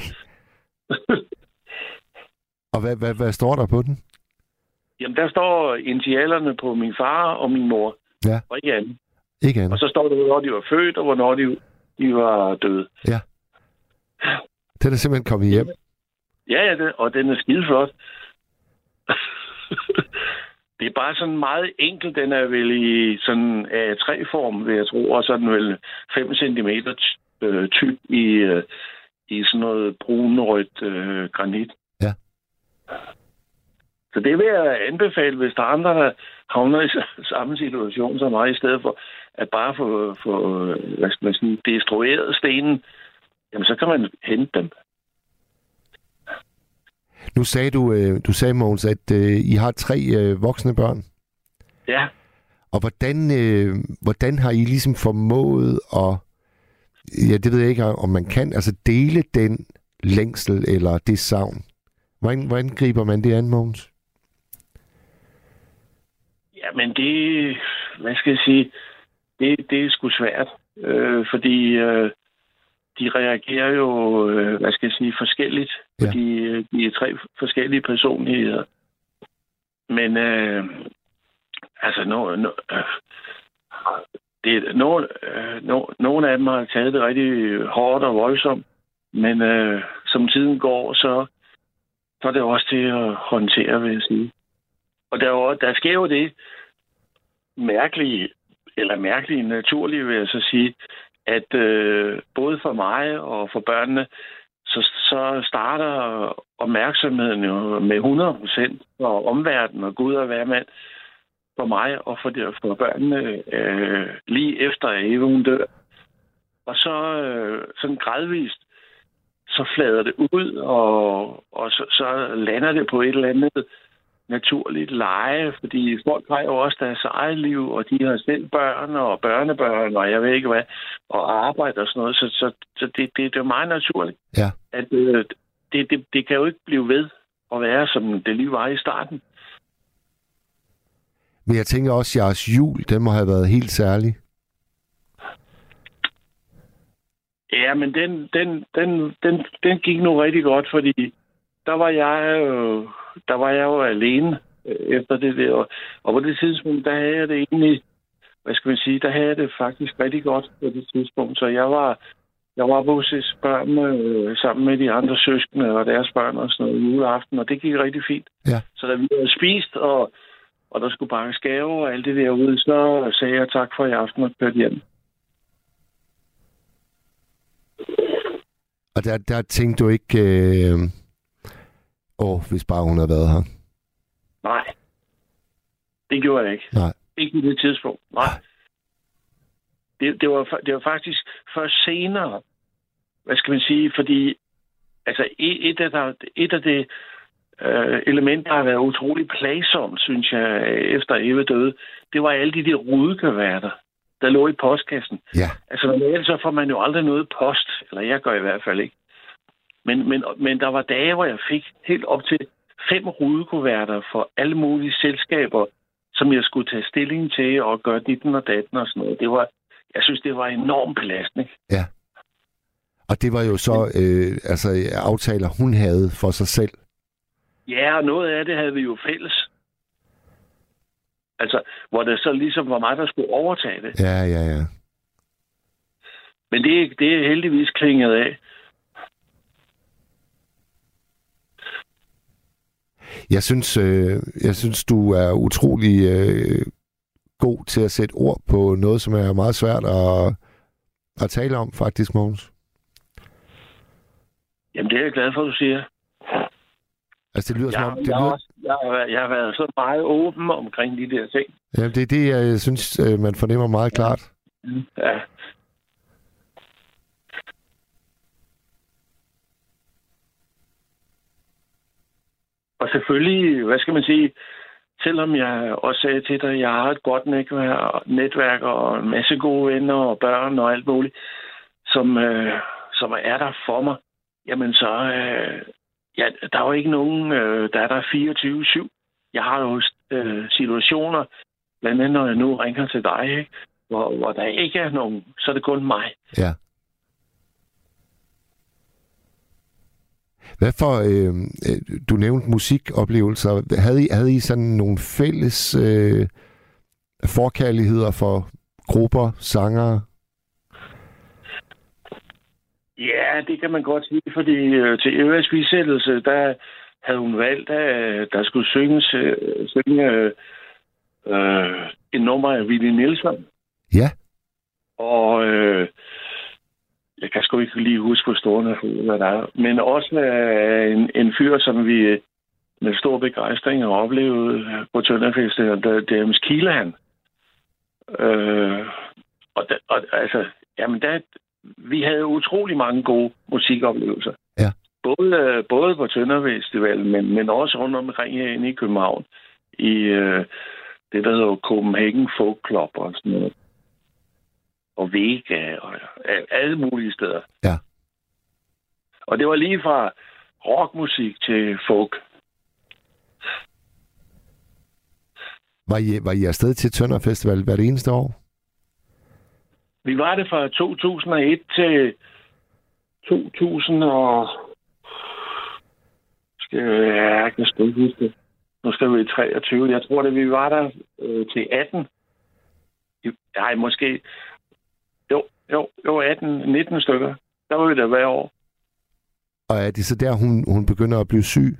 Og hvad står der på den? Jamen, der står initialerne på min far og min mor. Ja. Og ikke andet. Ikke andet. Og så står der, hvornår de var født, og hvornår de var døde. Ja. Den er simpelthen kommet hjem. Ja, og den er skideflot. Det er bare sådan meget enkelt. Den er vel i sådan A3-form, vil jeg tro, og så er den vel 5 cm tyk i sådan noget brunrødt granit. Ja. Så det vil jeg anbefale, hvis der er andre, der havner i samme situation som mig, i stedet for at bare få hvad skal man sige, destrueret stenen, jamen så kan man hente dem. Nu sagde du sagde, Mogens, at I har 3 voksne børn. Ja. Og hvordan har I ligesom formået at, ja, det ved jeg ikke, om man kan, altså dele den længsel eller det savn? Hvordan griber man det an, Mogens? Jamen det, hvad skal jeg sige, det er sgu svært, fordi de reagerer jo, hvad skal jeg sige, forskelligt. Ja. Fordi de er 3 forskellige personligheder. Men altså, nogle af dem har taget det rigtig hårdt og voldsomt. Men som tiden går, så er det også til at håndtere, vil jeg sige. Og der sker jo det mærkelige, naturlige, vil jeg så sige, at både for mig og for børnene, så starter opmærksomheden jo med 100% for omverdenen og Gud og hver mand for mig og for børnene lige efter at Eva hun dør. Og så sådan gradvist, så flader det ud, og så lander det på et eller andet naturligt leje, fordi folk har jo også deres eget liv, og de har selv børn og børnebørn, og jeg ved ikke hvad, og arbejde og sådan noget, så det er meget naturligt. Ja. At det kan jo ikke blive ved at være, som det liv var i starten. Men jeg tænker også, at jeres jul, den må have været helt særlig. Ja, men den gik nu rigtig godt, fordi der var jeg jo alene efter det der. Og på det tidspunkt, der havde jeg det egentlig, hvad skal man sige, der havde jeg det faktisk rigtig godt på det tidspunkt. Så jeg var hos børnene sammen med de andre søskende og deres børn og sådan noget juleaften, og det gik rigtig fint. Ja. Så da vi havde spist, og der skulle bakkes gave og alt det derude, så sagde jeg tak for i aften og kørte hjem. Og der tænkte du ikke, hvis bare hun havde været her? Nej. Det gjorde jeg ikke. Nej. Ikke i det tidspunkt. Nej. Det var faktisk først senere, hvad skal man sige, fordi altså et af de elementer, der har været utrolig plagsomt, synes jeg, efter Eva døde, det var alle de der rudekuverter, der lå i postkassen. Ja. Altså normalt så får man jo aldrig noget post, eller jeg gør i hvert fald ikke. Men der var dage, hvor jeg fik helt op til 5 rudekuverter for alle mulige selskaber, som jeg skulle tage stilling til og gøre ditten og datten og sådan noget. Jeg synes, det var en enorm belastning. Ja. Og det var jo så aftaler, hun havde for sig selv. Ja, og noget af det havde vi jo fælles. Altså, hvor det så ligesom var mig, der skulle overtage det. Ja. Men det er heldigvis klinget af. Jeg synes, du er utrolig god til at sætte ord på noget, som er meget svært at tale om, faktisk, Mogens. Jamen, det er jeg glad for, du siger. Altså, det lyder som om... Jeg har været så meget åben omkring de der ting. Ja, det er det, jeg synes, man fornemmer meget klart. Ja. Og selvfølgelig, hvad skal man sige, selvom jeg også sagde til dig, at jeg har et godt netværk og en masse gode venner og børn og alt muligt, som er der for mig, jamen så, der er jo ikke nogen, der er der 24/7. Jeg har jo situationer, blandt andet når jeg nu ringer til dig, ikke? Hvor der ikke er nogen, så er det kun mig. Ja. Hvad for, du nævnte musikoplevelser. Havde I sådan nogle fælles forkærligheder for grupper, sangere? Ja, det kan man godt sige, fordi til Evas bisættelse, der havde hun valgt, at der skulle synge en nummer af Willy Nielsen. Ja. Og jeg kan sgu ikke lige huske på stående, hvad der er. Men også en fyr, som vi med stor begejstring har oplevet på Tønderfestivalen, det er James Keelan. Vi havde utrolig mange gode musikoplevelser. Ja. Både på Tønderfestivalen, men også rundt omkring herinde i København. I det, der hedder Copenhagen Folk Club og sådan noget. Og Vega og alle mulige steder. Ja. Og det var lige fra rockmusik til folk. Var I afsted til Tønder Festival hvert eneste år? Vi var det fra 2001 til 2000 og... Jeg kan sgu ikke huske det. Nu skal vi i 23. Jeg tror, at vi var der til 18. Nej, måske... Jo, 18-19 stykker. Der var vi der hver år. Og er det så der, hun begynder at blive syg?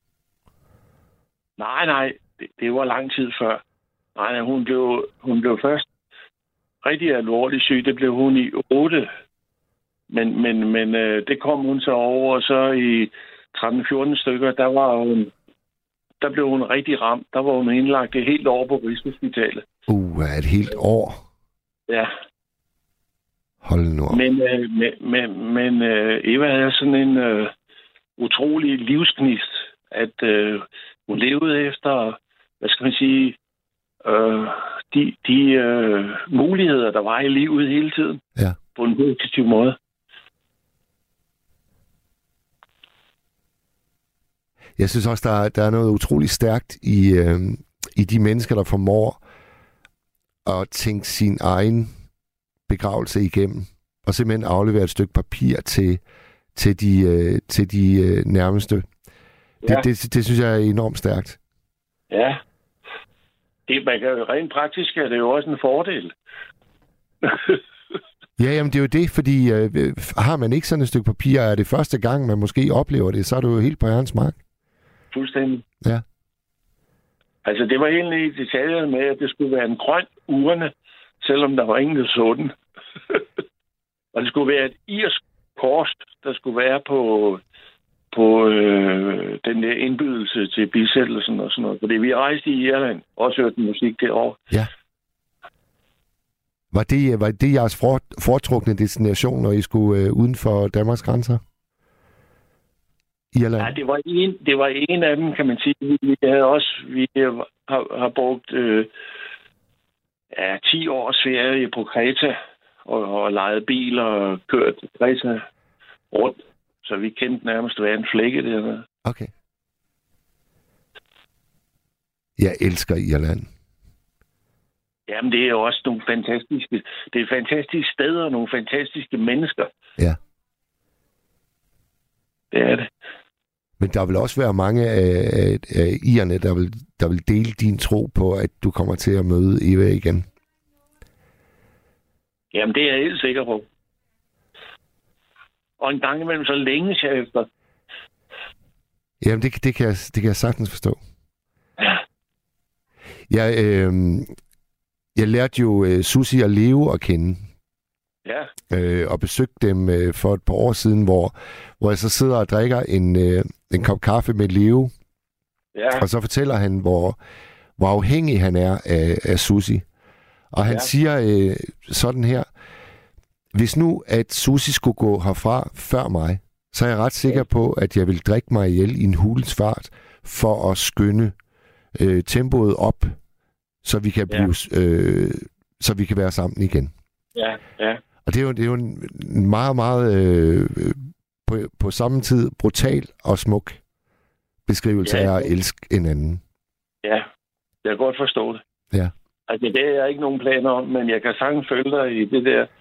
Nej. Det var lang tid før. Nej, hun blev først rigtig alvorligt syg. Det blev hun i 8. Men det kom hun så over, og så i 13-14 stykker, der blev hun rigtig ramt. Der var hun indlagt et helt år på Rigshospitalet. Et helt år? Ja. Hold nu op. Men Eva havde sådan en utrolig livsgnist, at hun levede efter, hvad skal man sige, de muligheder, der var i livet hele tiden. Ja. På en positiv måde. Jeg synes også, der er noget utroligt stærkt i de mennesker, der formår at tænke sin egen begravelse igennem, og simpelthen aflevere et stykke papir til de nærmeste. Ja. Det synes jeg er enormt stærkt. Ja. Rent praktisk er det jo også en fordel. Ja, jamen det er jo det, fordi har man ikke sådan et stykke papir, er det første gang, man måske oplever det, så er det jo helt på ærens mark. Fuldstændig. Ja. Altså, det var egentlig i detaljer med, at det skulle være en grøn urne, selvom der var ingen, der så den. Og det skulle være et irsk kors, der skulle være på den der indbydelse til bisættelsen og sådan noget. Fordi vi rejste i Irland, også hørte musik derovre. Ja. Var det jeres foretrukne destination, når I skulle uden for Danmarks grænser? Irland? Ja, det var en af dem, kan man sige. Vi har brugt 10 års ferie på Kreta og lejet bil og kørt Kreta rundt. Så vi kendte nærmest hver en flække dernede. Okay. Jeg elsker Irland. Jamen, det er jo også nogle fantastiske steder og nogle fantastiske mennesker. Ja. Det er det. Men der vil også være mange af irerne, der vil dele din tro på, at du kommer til at møde Eva igen. Jamen, det er jeg helt sikker på. Og en gang imellem så længes jeg efter. Jamen, det kan jeg sagtens forstå. Ja. Jeg lærte jo Susie og Leo at kende. Ja. Og besøgte dem for et par år siden, hvor jeg så sidder og drikker en kop kaffe med Leo. Ja. Og så fortæller han, hvor afhængig han er af Susie. Og han siger sådan her: hvis nu, at Susie skulle gå herfra før mig, så er jeg ret sikker på, at jeg vil drikke mig ihjel i en hulens fart for at skynde tempoet op, så vi kan blive, så vi kan være sammen igen. Ja, ja. Og det er jo en meget, meget på samme tid brutal og smuk beskrivelse af at elske en anden. Ja, jeg kan godt forstå det. Ja. Altså, det er jeg ikke nogen planer om, men jeg kan sagtens følge dig i det der.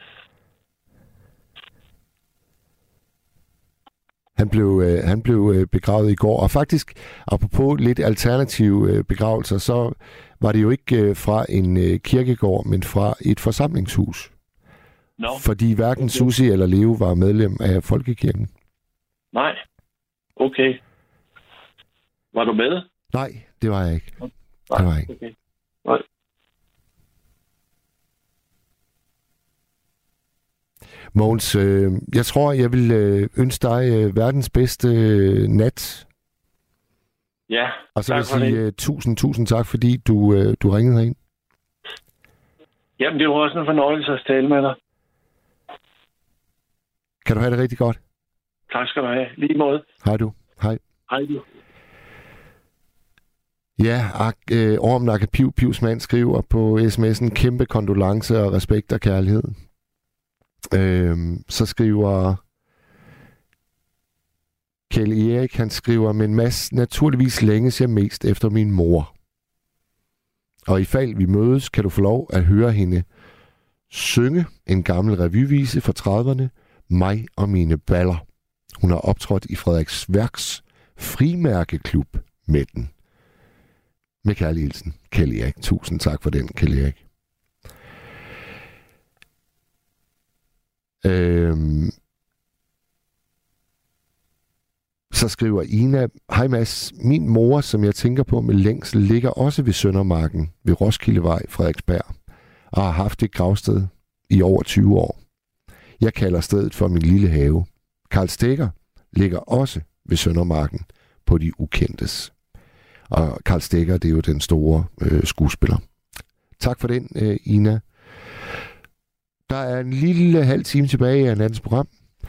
Han blev begravet i går, og faktisk, apropos lidt alternative begravelser, så var det jo ikke fra en kirkegård, men fra et forsamlingshus. No. Fordi hverken Susie eller Leo var medlem af Folkekirken. Nej. Okay. Var du med? Nej, det var jeg ikke. Nej. Det var jeg ikke. Okay. Nej. Mogens, jeg tror, jeg vil ønske dig verdens bedste nat. Ja, og så vil jeg sige tusind tak, fordi du ringede herind. Jamen, det var også en fornøjelse at tale med dig. Kan du have det rigtig godt? Tak skal du have. Lige måde. Hej du. Hej. Hej du. Ja, Ormen Akapiv Pivsmand skriver på sms'en: kæmpe kondolence og respekt og kærlighed. Så skriver Kjell Erik, han skriver: men Mads, naturligvis længes jeg mest efter min mor. Og i fald vi mødes, kan du få lov at høre hende synge en gammel revyvise fra 30'erne, Mig og mine baller. Hun har optrådt i Frederiksværks frimærkeklub med den. Med kærlig hilsen, Kjell Erik. Tusind tak for den, Kjell Erik. Så skriver Ina: hej Mads, min mor, som jeg tænker på med længsel, ligger også ved Søndermarken ved Roskildevej, Frederiksberg, og har haft et gravsted i over 20 år. Jeg kalder stedet for min lille have. Karl Stegger ligger også ved Søndermarken på de ukendtes. Og Karl Stegger, det er jo den store skuespiller. Tak for den, Ina. Der er en lille halv time tilbage af nattens program.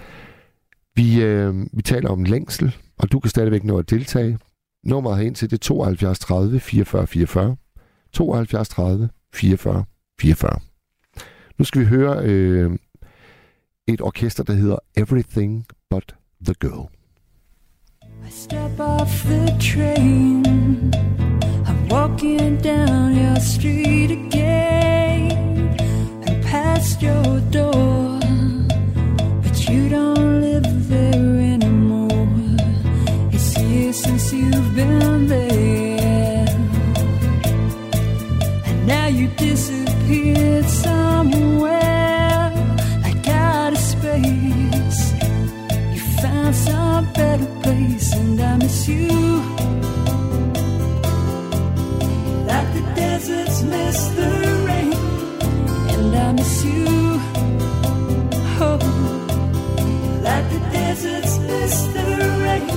Vi taler om længsel, og du kan stadigvæk nå at deltage. Nummeret herind til det 72 30 44 44. 72 30 44 44. Nu skal vi høre et orkester, der hedder Everything But The Girl. I step off the train, I'm walking down your street again, and past your door, but you don't live there anymore. It's years since you've been there, and now you disappeared somewhere, like out of space. You found some better place, and I miss you like the deserts miss the rain, and I miss you, oh, like the deserts miss the rain.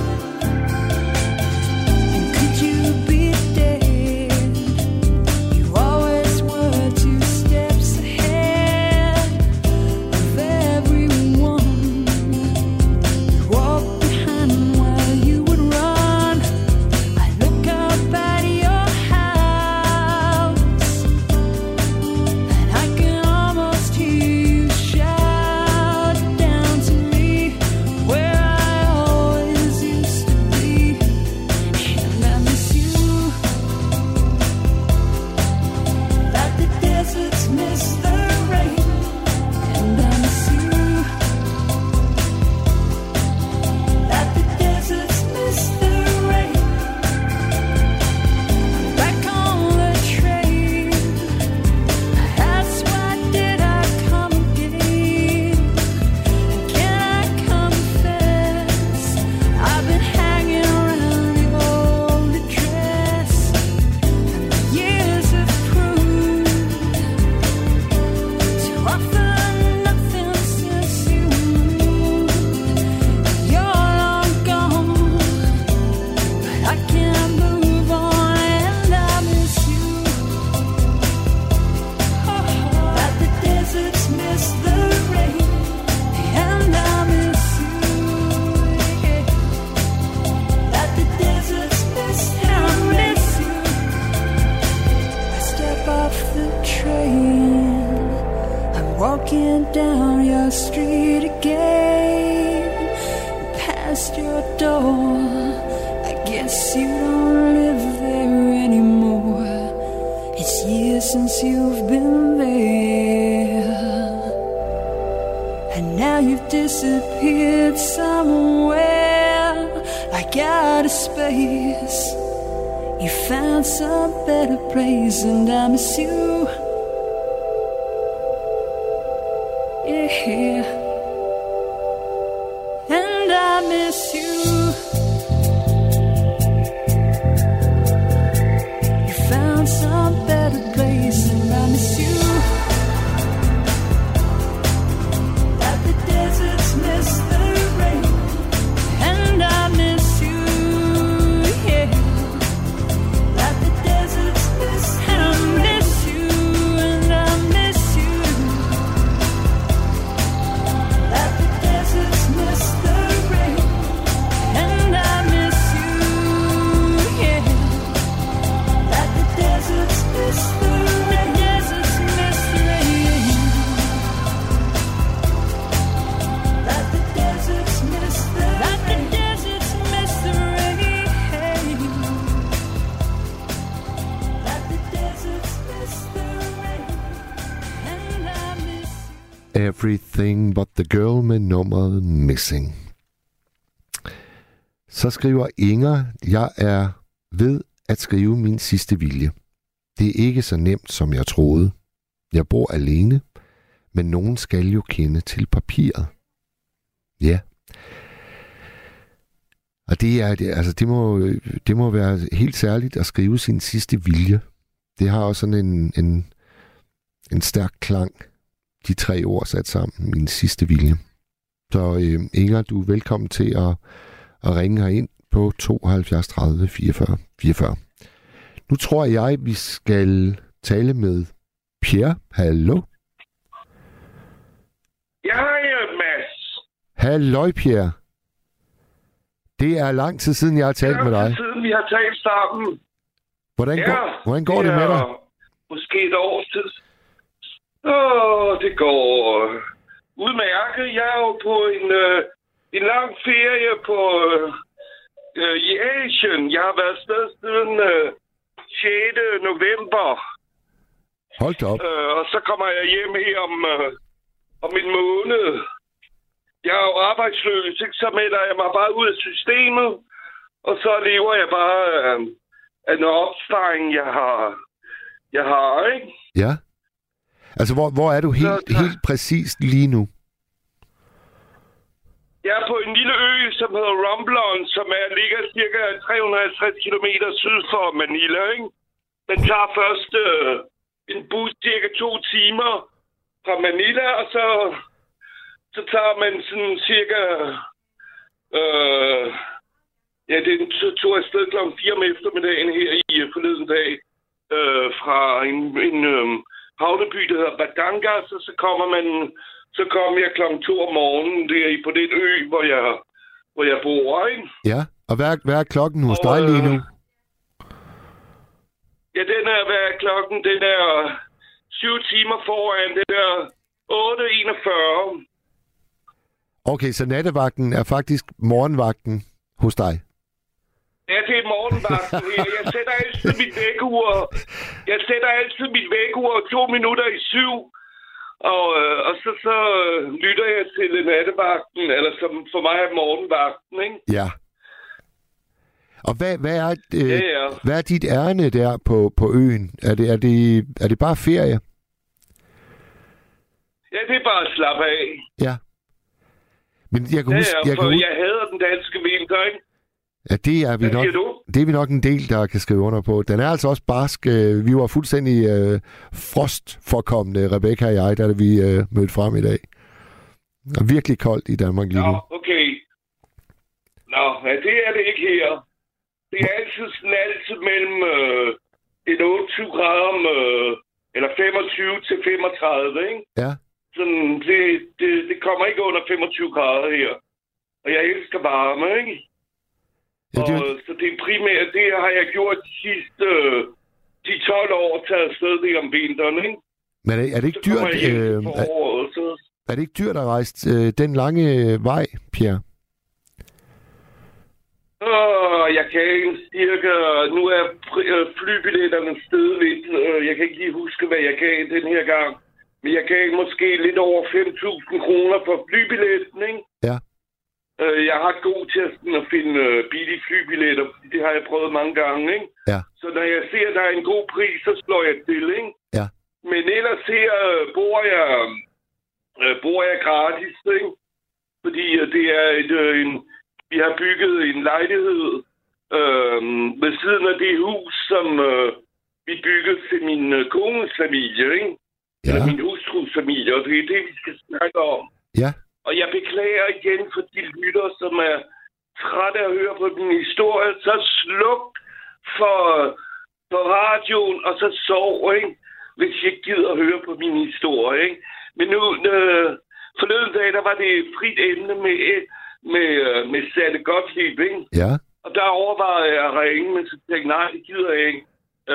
And could you be dead? You always were 2 steps ahead of everyone. You walk behind while you would run. I look up at your house, and I can almost hear you shout down to me where I down your street again, past your door. I guess you don't live there anymore. It's years since you've been there, and now you've disappeared somewhere, like out of space. You found some better place, and I miss you. Yeah, and I miss you. You found some better place, and I miss you. That the deserts miss the rain, and I miss you. Yeah, that the deserts miss the rain. Everything but the girl med nummeret Missing. Så skriver Inger, jeg er ved at skrive min sidste vilje. Det er ikke så nemt, som jeg troede. Jeg bor alene, men nogen skal jo kende til papiret. Ja. Og det må være helt særligt at skrive sin sidste vilje. Det har også sådan en stærk klang. De 3 ord sat sammen, min sidste vilje. Så Inger, du er velkommen til at ringe herind på 72 30 44 44. Nu tror jeg, vi skal tale med Pierre. Hallo? Ja, Mads. Halløj, Pierre. Det er lang tid siden, jeg har talt med dig. Det er lang tid siden, vi har talt sammen. Hvordan går det med dig? Måske et års tid. Det går udmærket. Jeg er jo på en lang ferie i Asien. Jeg har været afsted siden 6. november. Hold da op. Og så kommer jeg hjem her om en måned. Jeg er jo arbejdsløs, ikke? Så melder jeg mig bare ud af systemet, og så lever jeg bare af noget opsparing, jeg har, ikke? Ja. Altså, hvor er du helt præcist lige nu? Jeg er på en lille ø, som hedder Romblon, som ligger cirka 350 km syd for Manila, ikke? Den tager først en bus cirka 2 timer fra Manila, og så tager man sådan cirka... den tog afsted kl. 4 om eftermiddagen her i forleden dag fra en havneby, der hedder Batangas, og så kommer jeg kl. 2 om morgenen der på den ø, hvor jeg bor, ikke? Ja, og hvad er klokken hos dig lige nu? Ja, hvad er klokken? Den er 7 timer foran, den er 8:41. Okay, så nattevagten er faktisk morgenvagten hos dig? Ja, det er morgenvagten her. Jeg sætter altid mit vækkeur 2 minutter i 7. Og så lytter jeg til nattevagten, eller som for mig er morgenvagten, ikke? Ja. Og hvad er dit ærne der på øen? Er det bare ferie? Ja, det er bare at slappe af. Ja. Men jeg kan huske... Jeg hader den danske vinter, ikke? Ja, det er vi nok en del, der kan skrive under på. Den er altså også barsk. Vi var fuldstændig frostforkommende, Rebecca og jeg, da vi mødte frem i dag. Det er virkelig koldt i Danmark lige nu. Okay. Det er det ikke her. Det er altid mellem 28 grader eller 25 til 35, ikke? Ja. Sådan, det kommer ikke under 25 grader her. Og jeg elsker varme, ikke? Ja, så det er primært, det har jeg gjort de sidste 10-12 år, taget afsted det om vinteren, ikke? Men er det ikke dyrt? Er det ikke dyrt at rejse den lange vej, Pierre? Jeg kan ikke cirka... Nu er flybilletterne steget lidt. Jeg kan ikke lige huske, hvad jeg gav den her gang. Men jeg gav måske lidt over 5.000 kroner for flybilletten, ikke? Ja. Jeg har god til at finde billige flybilletter. Det har jeg prøvet mange gange, ikke? Ja. Så når jeg ser, at der er en god pris, så slår jeg til, ikke? Ja. Men ellers her bor jeg gratis, ikke? Fordi det er vi har bygget en lejlighed ved siden af det hus, som vi byggede til min kones familie, ikke? Ja. Eller min hustrus familie, og det er det, vi skal snakke om. Ja. Og jeg beklager igen for de lytter, som er trætte af at høre på min historie. Så sluk for radioen, og så sov, ikke? Hvis jeg gider at høre på min historie, ikke? Men nu, forleden dag, der var det et frit emne med Satte Gottlieb, ikke? Ja. Og der overvejede jeg at ringe, men så tænkte nej, det gider jeg ikke.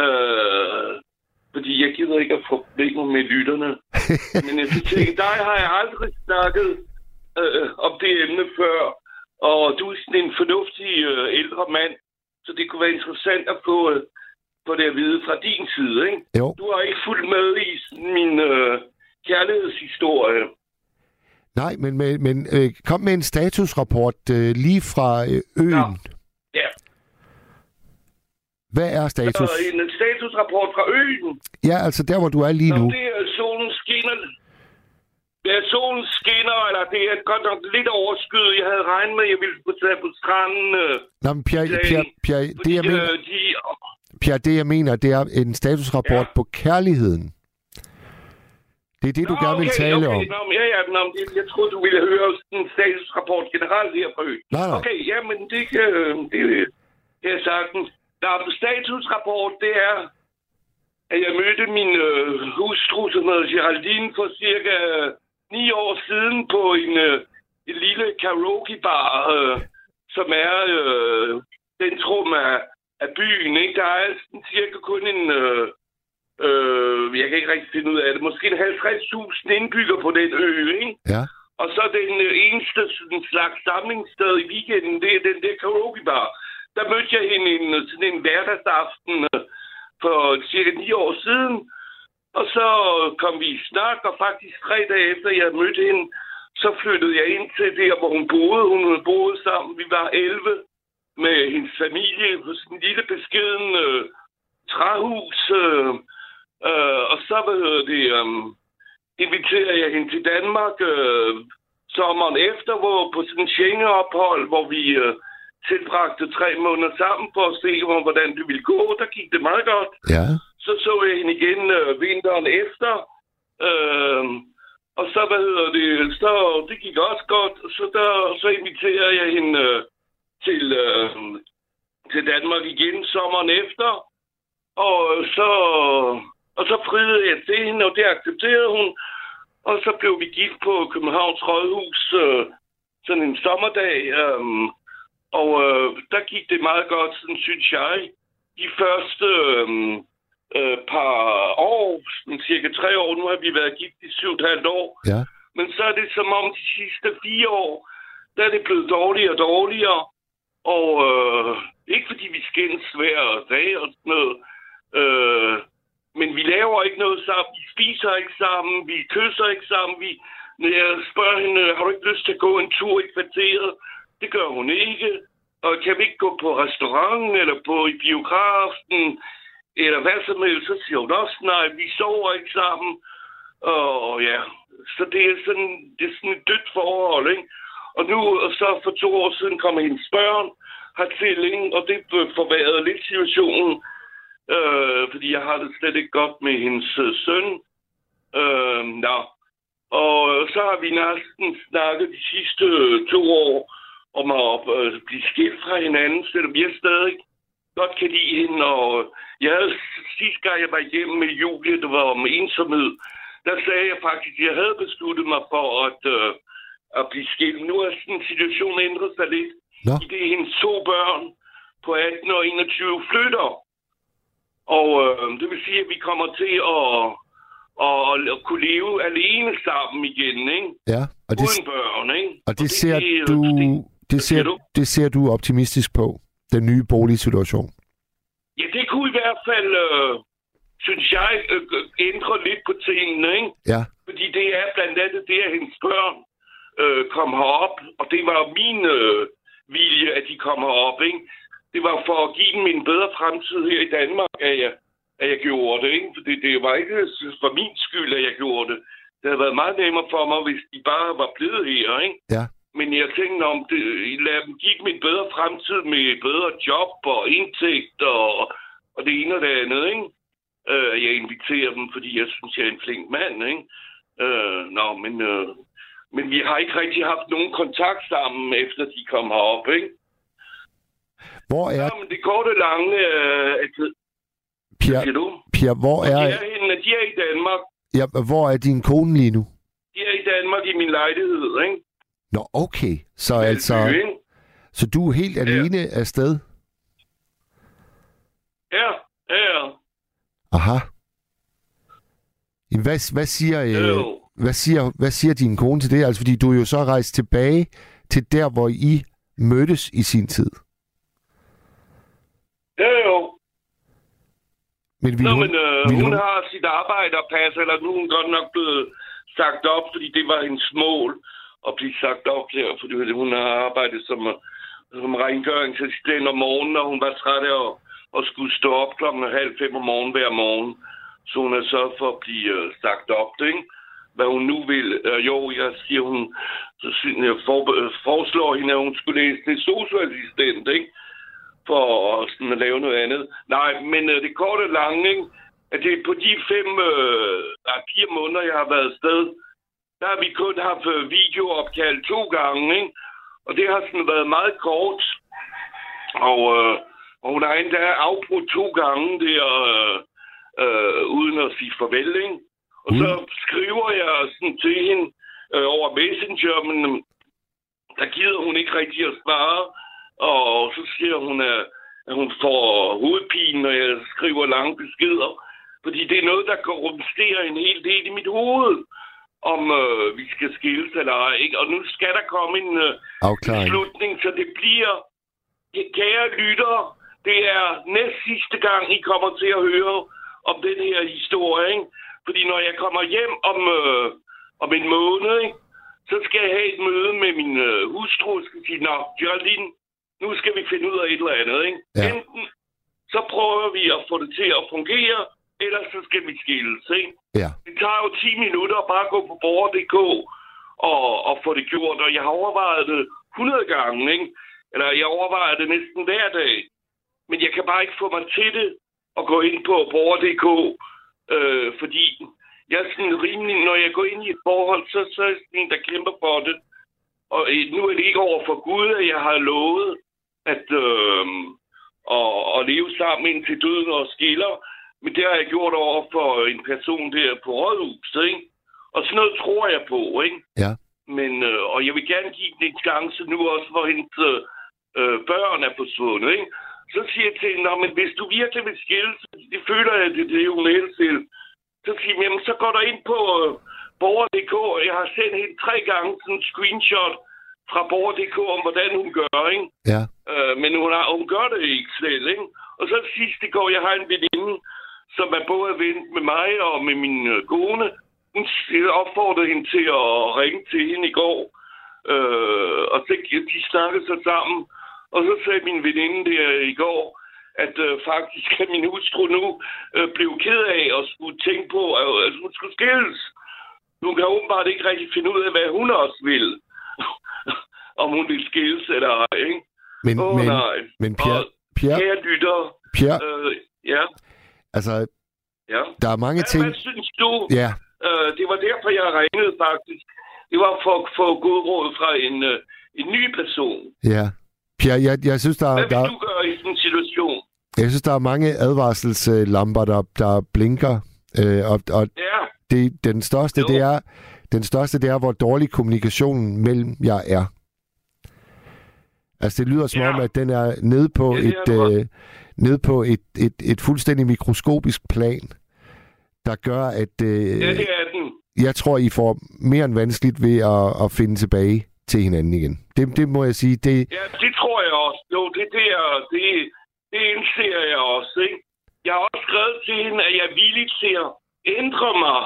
Fordi jeg gider ikke at få problemer med lytterne. Men jeg tænkte, dig har jeg aldrig snakket om det emne før. Og du er sådan en fornuftig ældre mand, så det kunne være interessant at få det at vide fra din side, ikke? Jo. Du har ikke fulgt med i min kærlighedshistorie. Nej, men kom med en statusrapport lige fra øen. Ja. Hvad er status? En statusrapport fra øen? Ja, altså der, hvor du er lige nu. Det er solen skinner. Det er solen skinner, eller det er godt nok lidt overskyet. Jeg havde regnet med, at jeg ville få tage på stranden. Nå, men Pierre, det jeg mener, det er en statusrapport på kærligheden. Det er det, du gerne vil tale om. Jeg troede, du ville høre en statusrapport generelt her på øen. Nej. Okay, jamen det kan jeg sagtens. Der statusrapport, det er, at jeg mødte min hustru, som hedder Geraldine, for cirka 9 år siden på en lille karaokebar, som er centrum af byen. Ikke? Der er cirka kun jeg kan ikke rigtig finde ud af det, måske 50.000 indbyggere på den ø, ikke? Ja. Og så den eneste slags samlingssted i weekenden, det er den der karaokebar. Der mødte jeg hende sådan en hverdagsaften for cirka 9 år siden. Og så kom vi i snak, og faktisk 3 dage efter jeg mødte hende, så flyttede jeg ind til der, hvor hun boede. Hun boede sammen. Vi var 11 med hendes familie på sådan en lille beskeden træhus. Og så inviterede jeg hende til Danmark sommeren efter, hvor på sådan en Schengen-ophold, hvor vi tilbragte 3 måneder sammen for at se, hvordan det ville gå. Der gik det meget godt. Ja. Så jeg hende igen vinteren efter. Og så, så det gik også godt. Så inviterede jeg hende til Danmark igen sommeren efter. Og så friede jeg til hende, og det accepterede hun. Og så blev vi gift på Københavns Rådhus sådan en sommerdag. Og der gik det meget godt, sådan synes jeg. De første par år, cirka 3 år, nu har vi været gift i 7,5 år. Ja. Men så er det som om de sidste 4 år, der er det blevet dårligere og dårligere. Og ikke fordi vi skændes hver dag og sådan noget. Men vi laver ikke noget sammen. Vi spiser ikke sammen. Vi kysser ikke sammen. Når jeg spørger hende, har du ikke lyst til at gå en tur i kvarteret? Det gør hun ikke. Og kan vi ikke gå på restauranten eller i biografen eller hvad som helst? Så siger hun også nej. Vi sover ikke sammen. Og ja, så det er sådan et dødt forhold, ikke? Og nu, så for 2 år siden kom hendes børn hertil, ikke? Og det forværrede lidt situationen. Fordi jeg har det slet ikke godt med hendes søn. Og så har vi næsten snakket de sidste 2 år om at blive skilt fra hinanden, selvom jeg stadig godt kan lide hende. Og jeg havde sidste gang, jeg var igennem med Julie, det var om ensomhed, der sagde jeg faktisk, at jeg havde besluttet mig for at blive skilt. Nu er sådan en situation ændret sig lidt. Ja. I det hendes 2 børn på 18 og 21 flytter. Og det vil sige, at vi kommer til og kunne leve alene sammen igen, ikke? Ja, og uden børn, ikke? Og det ser du optimistisk på, den nye boligsituation? Ja, det kunne i hvert fald, synes jeg, ændre lidt på tingene, ikke? Ja. Fordi det er blandt andet det, at hendes børn kom herop, og det var min vilje, at de kom herop, ikke? Det var for at give dem en bedre fremtid her i Danmark, at jeg gjorde det, ikke? Fordi det var ikke for min skyld, at jeg gjorde det. Det havde været meget nemmere for mig, hvis de bare var blevet her, ikke? Ja. Men jeg tænkte om, lad dem give dem en bedre fremtid med bedre job og indtægt og det ene og det andet, ikke? Jeg inviterer dem, fordi jeg synes, jeg er en flink mand, ikke? Men vi har ikke rigtig haft nogen kontakt sammen, efter de kom herop, ikke? Hvor er... Ja, men det korte lange... Pierre, hvor er... De er i Danmark. Ja, hvor er din kone lige nu? De er i Danmark i min lejlighed, ikke? Nå, okay. Så altså... Så du er helt alene afsted? Ja. Aha. Hvad siger din kone til det? Altså, fordi du er jo så rejst tilbage til der, hvor I mødtes i sin tid. Jo. Men hun har sit arbejde at passe, eller nu er hun godt nok blevet sagt op, fordi det var hendes mål at blive sagt op der, fordi hun har arbejdet som rengøringsassistent om morgenen, og hun var træt af at skulle stå op 4:30 om morgenen hver morgen. Så hun er så for at blive sagt op, ikke? Hvad hun nu vil. Jeg siger hun, jeg foreslår hende, at hun skulle læse til sosu-assistent, ikke? For sådan at lave noget andet. Nej, men det korte og lange, ikke? At det på de 4 måneder, jeg har været afsted, der har vi kun haft videoopkald 2 gange, ikke? Og det har sådan været meget kort. Og hun har endda afbrudt 2 gange der, uden at sige farvel, ikke? Og så skriver jeg sådan til hende over Messenger, men der gider hun ikke rigtig at svare. Og så siger hun, at hun får hovedpine, når jeg skriver lange beskeder. Fordi det er noget, der kan rumstere en hel del i mit hoved, om vi skal skilles eller ej, ikke? Og nu skal der komme en beslutning, så det bliver, kære lyttere, det er næst sidste gang, I kommer til at høre om den her historie, ikke? Fordi når jeg kommer hjem om en måned, ikke? Så skal jeg have et møde med min hustru, og skal sige, nå, Jørgen, nu skal vi finde ud af et eller andet, ikke? Ja. Enten så prøver vi at få det til at fungere, eller så skal vi skilles, ikke? Ja. Det tager jo 10 minutter at bare gå på borger.dk og få det gjort, og jeg har overvejet det 100 gange, ikke? Eller jeg overvejer det næsten hver dag. Men jeg kan bare ikke få mig til det at gå ind på borger.dk, fordi jeg er sådan rimelig, når jeg går ind i et forhold, så er jeg sådan en, der kæmper for det. Og nu er det ikke over for Gud, at jeg har lovet at leve sammen indtil døden og skiller. Men det har jeg gjort over for en person der på Rådhuset, ikke? Og sådan noget tror jeg på, ikke? Ja. Men, og jeg vil gerne give den en chance nu også, hvor hendes børn er forsvundet, ikke? Så siger jeg til hende, men hvis du virkelig vil skille, det føler jeg, det er jo med til. Så siger jeg, jamen, så går der ind på borger.dk, og jeg har sendt hende 3 gange sådan en screenshot fra borger.dk om, hvordan hun gør, ikke? Ja. Men hun gør det ikke selv, ikke? Og så sidst i går, jeg har en veninde, som er både ven med mig og med min kone. Hun opfordrede hende til at ringe til hende i går. Og de snakkede sig sammen. Og så sagde min veninde der i går, at faktisk at min hustru nu blev ked af og skulle tænke på, at hun skulle skilles. Hun kan åbenbart ikke rigtig finde ud af, hvad hun også vil. Om hun vil skilles eller ej, ikke? Men Pierre... Kære lytter... Pierre... Ja. Altså, ja. Der er mange ting... Hvad synes du? Ja. Det var derfor, jeg ringede faktisk. Det var for at få god råd fra en ny person. Ja. Pierre, jeg synes, Hvad vil du gøre i sådan en situation? Jeg synes, der er mange advarselslamper, der blinker. Og den største, det er, hvor dårlig kommunikationen mellem jer er. Altså, det lyder som om, at den er nede på et fuldstændig mikroskopisk plan. der gør, at Ja, det er den. jeg tror, I får mere end vanskeligt ved at finde tilbage til hinanden igen. Det må jeg sige. Ja, det tror jeg også. Jo, det indser jeg også, ikke? Jeg har også skrevet til hende, at jeg er villig til at ændre mig,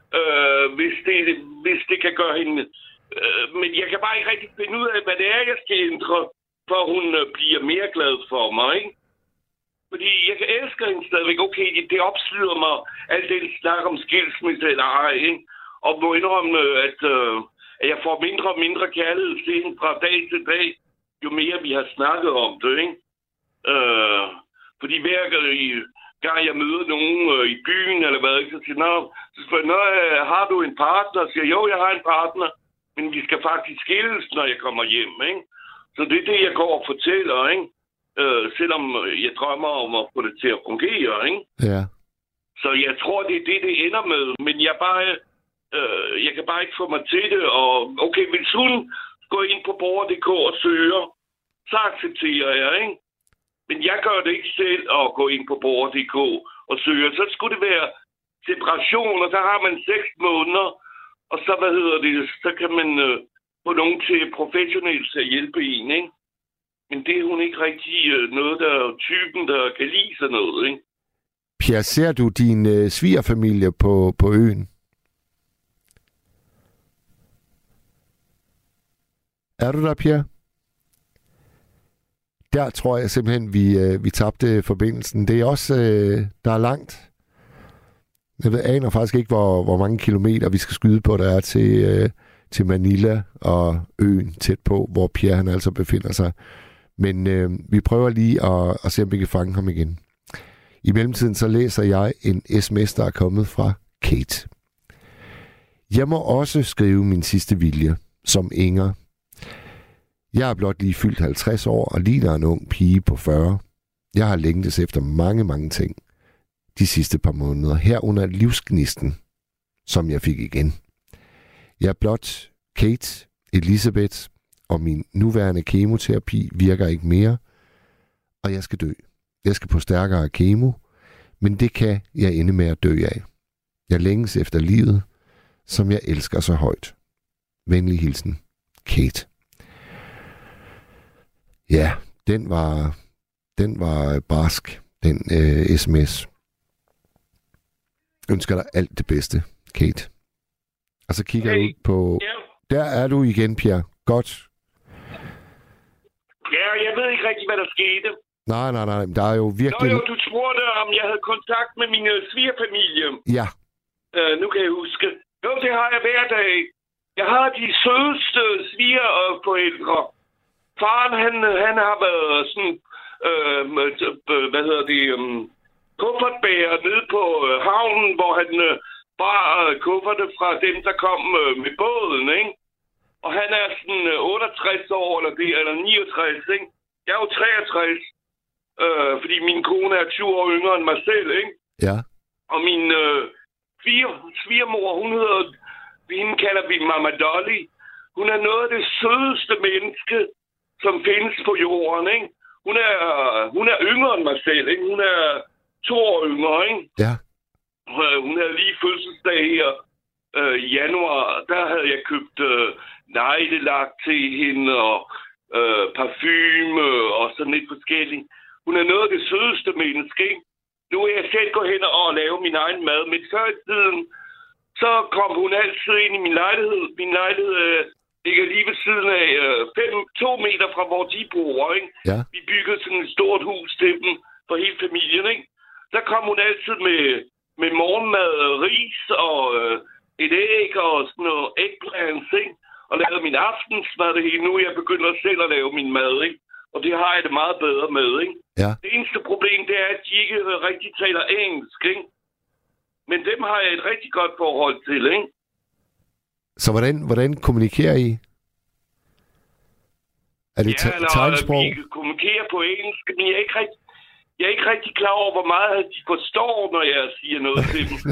hvis det kan gøre hende. Men jeg kan bare ikke rigtig finde ud af, hvad det er, jeg skal ændre, for hun bliver mere glad for mig, ikke? Fordi jeg kan elske hende stadigvæk. Okay, det opslider mig, alt det snak om skilsmisse eller ej, ikke? Og må indrømme, at jeg får mindre og mindre kærlighed til hende fra dag til dag, jo mere vi har snakket om det, ikke? Fordi hver gang jeg møder nogen i byen, eller hvad, ikke, så siger jeg, har du en partner? Så siger jeg, jo, jeg har en partner, men vi skal faktisk skilles, når jeg kommer hjem, ikke? Så det er det, jeg går og fortæller, ikke? Selvom jeg drømmer om at få det til at fungere, ikke? Ja. Så jeg tror, det er det ender med, men jeg kan bare ikke få mig til det, og okay, hvis hun går ind på borger.dk og søger, så accepterer jeg, ikke? Men jeg gør det ikke selv at gå ind på borger.dk og søge. Så skulle det være separation, og så har man 6 måneder, og så, så kan man få nogen til professionelt til at hjælpe en, ikke? Men det er hun ikke rigtig noget, der er typen, der kan lide sådan noget, ikke? Pierre, ser du din svigerfamilie på øen? Er du der, Pierre? Der tror jeg simpelthen, vi tabte forbindelsen. Det er også, der er langt. Jeg aner faktisk ikke, hvor mange kilometer vi skal skyde på, der er til Manila og øen tæt på, hvor Pierre han altså befinder sig. Men vi prøver lige at se, om vi kan fange ham igen. I mellemtiden så læser jeg en sms, der er kommet fra Kate. Jeg må også skrive min sidste vilje, som Inger. Jeg er blot lige fyldt 50 år og ligner en ung pige på 40. Jeg har længtes efter mange, mange ting de sidste par måneder. Herunder livsgnisten, som jeg fik igen. Jeg er blot Kate, Elisabeth, og min nuværende kemoterapi virker ikke mere, og jeg skal dø. Jeg skal på stærkere kemo, men det kan jeg ende med at dø af. Jeg længes efter livet, som jeg elsker så højt. Venlig hilsen, Kate. Ja, den var barsk, den sms. Ønsker dig alt det bedste, Kate. Og så kigger jeg ud på... Der er du igen, Pierre. Godt. Ja, jeg ved ikke rigtig, hvad der skete. Nej. Der er jo virkelig... Jo, du spurgte, om jeg havde kontakt med min svigerfamilie. Ja. Nu kan jeg huske. Jo, det har jeg hver dag. Jeg har de sødeste svigerforældre. Faren, han har været sådan... kuffertbærer nede på havnen, hvor han bar kufferte fra dem, der kom med båden, ikke? Og han er sådan 68 år, eller 69, ikke? Jeg er jo 63, fordi min kone er 20 år yngre end mig selv, ikke? Ja. Og min svigermor, hende kalder vi Mama Dolly. Hun er noget af det sødeste menneske, som findes på jorden, ikke? Hun er yngre end mig selv, ikke? Hun er 2 år yngre, ikke? Ja. Hun havde lige fødselsdag her i januar. Der havde jeg købt neglelak til hende og parfume og sådan lidt forskelligt. Hun er noget af det sødeste menneske, ikke? Nu er jeg selv gået hen og lave min egen mad. Men før i tiden, så kom hun altid ind i min lejlighed. Min lejlighed ligger lige ved siden af 2 meter fra hvor de bor, ikke? Ja. Vi byggede sådan et stort hus til dem for hele familien, ikke? Der kom hun altid med morgenmad, ris og et æg og sådan noget eggplants, ikke? Og lavede min aftensmad det hele. Nu er jeg begyndt selv at lave min mad, ikke? Og det har jeg det meget bedre med, ikke? Ja. Det eneste problem, det er, at de ikke rigtig taler engelsk, ikke? Men dem har jeg et rigtig godt forhold til, ikke? Så hvordan kommunikerer I? Er det tegnsprog? Vi kommunikerer på engelsk, men jeg er ikke rigtig klar over, hvor meget de forstår, når jeg siger noget til dem.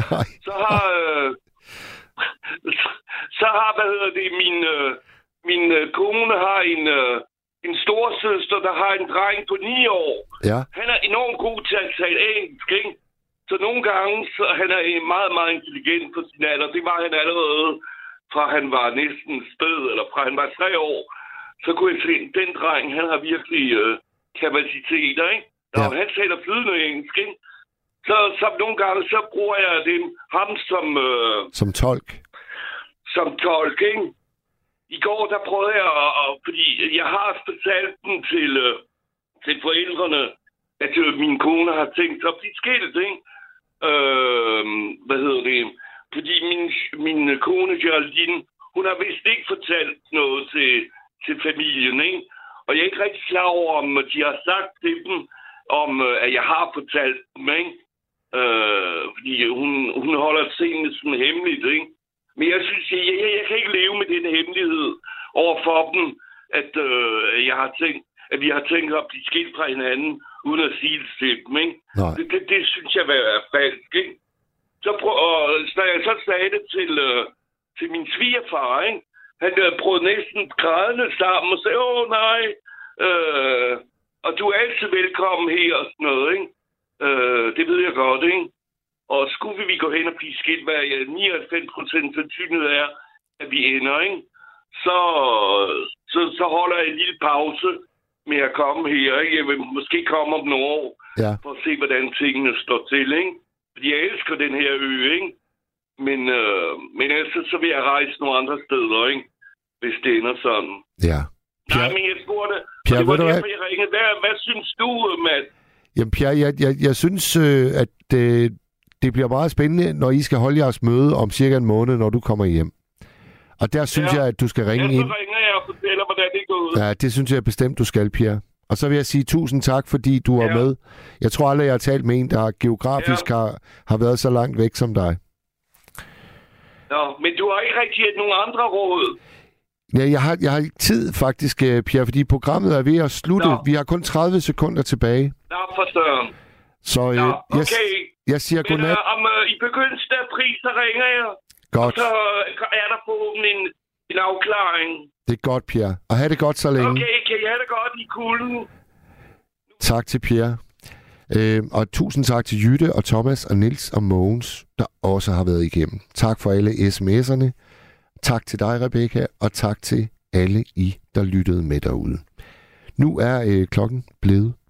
Så har min kone har en storesøster, der har en dreng på 9 år. Ja. Han er enormt god til at tale engelsk, ikke? Så nogle gange, så han er meget, meget intelligent på sin alder. Det var han allerede fra han var næsten spæd, eller fra han var 3 år. Så kunne jeg se, den dreng, han har virkelig kapaciteter, ikke? Ja. Og han taler flydende engelsk, ikke? Så nogle gange, så bruger jeg ham som tolk. Som tolk, ikke? I går, der prøvede jeg, fordi jeg har fortalt den til forældrene, at min kone har tænkt sig at blive skilt, ikke? Fordi min kone, Geraldine, hun har vist ikke fortalt noget til familien, ikke? Og jeg er ikke rigtig klar over, om de har sagt til dem, at jeg har fortalt dem, ikke? Fordi hun holder tingene som hemmeligt, ikke? Men jeg synes, jeg kan ikke leve med den hemmelighed overfor dem, at at vi har tænkt at blive skilt fra hinanden, uden at sige det til dem, ikke? Det synes jeg er falsk, ikke? Så jeg så sagde det til min svigerfar, ikke? Han prøvede næsten grædende sammen og sagde, nej, og du er altid velkommen her og sådan noget, ikke? Det ved jeg godt, ikke? Og skulle vi gå hen og blive skilt, hvad 99% sandsynlighed er, at vi ender, ikke? Så holder jeg en lille pause med at komme her, ikke? Jeg vil måske komme om nogle år, for at se, hvordan tingene står til, ikke? Fordi jeg elsker den her ø, ikke? Men altså, så vil jeg rejse nogle andre steder, ikke? Hvis det ender sådan. Ja. Pierre, nej, men jeg spurgte, Pierre, det var derfor, jeg ringede. Hvad synes du, Matt? Jamen, Pierre, jeg synes, at det bliver meget spændende, når I skal holde jeres møde om cirka en måned, når du kommer hjem. Og der synes jeg, at du skal ringe ind. Så ringer jeg og fortæller, hvordan det går ud. Ja, det synes jeg bestemt, du skal, Pierre. Og så vil jeg sige tusind tak, fordi du var med. Jeg tror aldrig, jeg har talt med en, der geografisk har været så langt væk som dig. Nå, men du har ikke rigtig nogen andre råd. Ja, jeg har ikke tid faktisk, Pierre, fordi programmet er ved at slutte. Vi har kun 30 sekunder tilbage. Nå, for søren. Så okay. Jeg siger godnat. I begyndelsen af april, så ringer jeg. Godt. Og så er der forhåbentlig en afklaring. Det er godt, Pierre. Og have det godt så længe. Okay, kan I have det godt i kulden? Tak til Pierre. Og tusind tak til Jytte og Thomas og Nils og Mogens, der også har været igennem. Tak for alle sms'erne. Tak til dig, Rebecca, og tak til alle I, der lyttede med derude. Nu er klokken blevet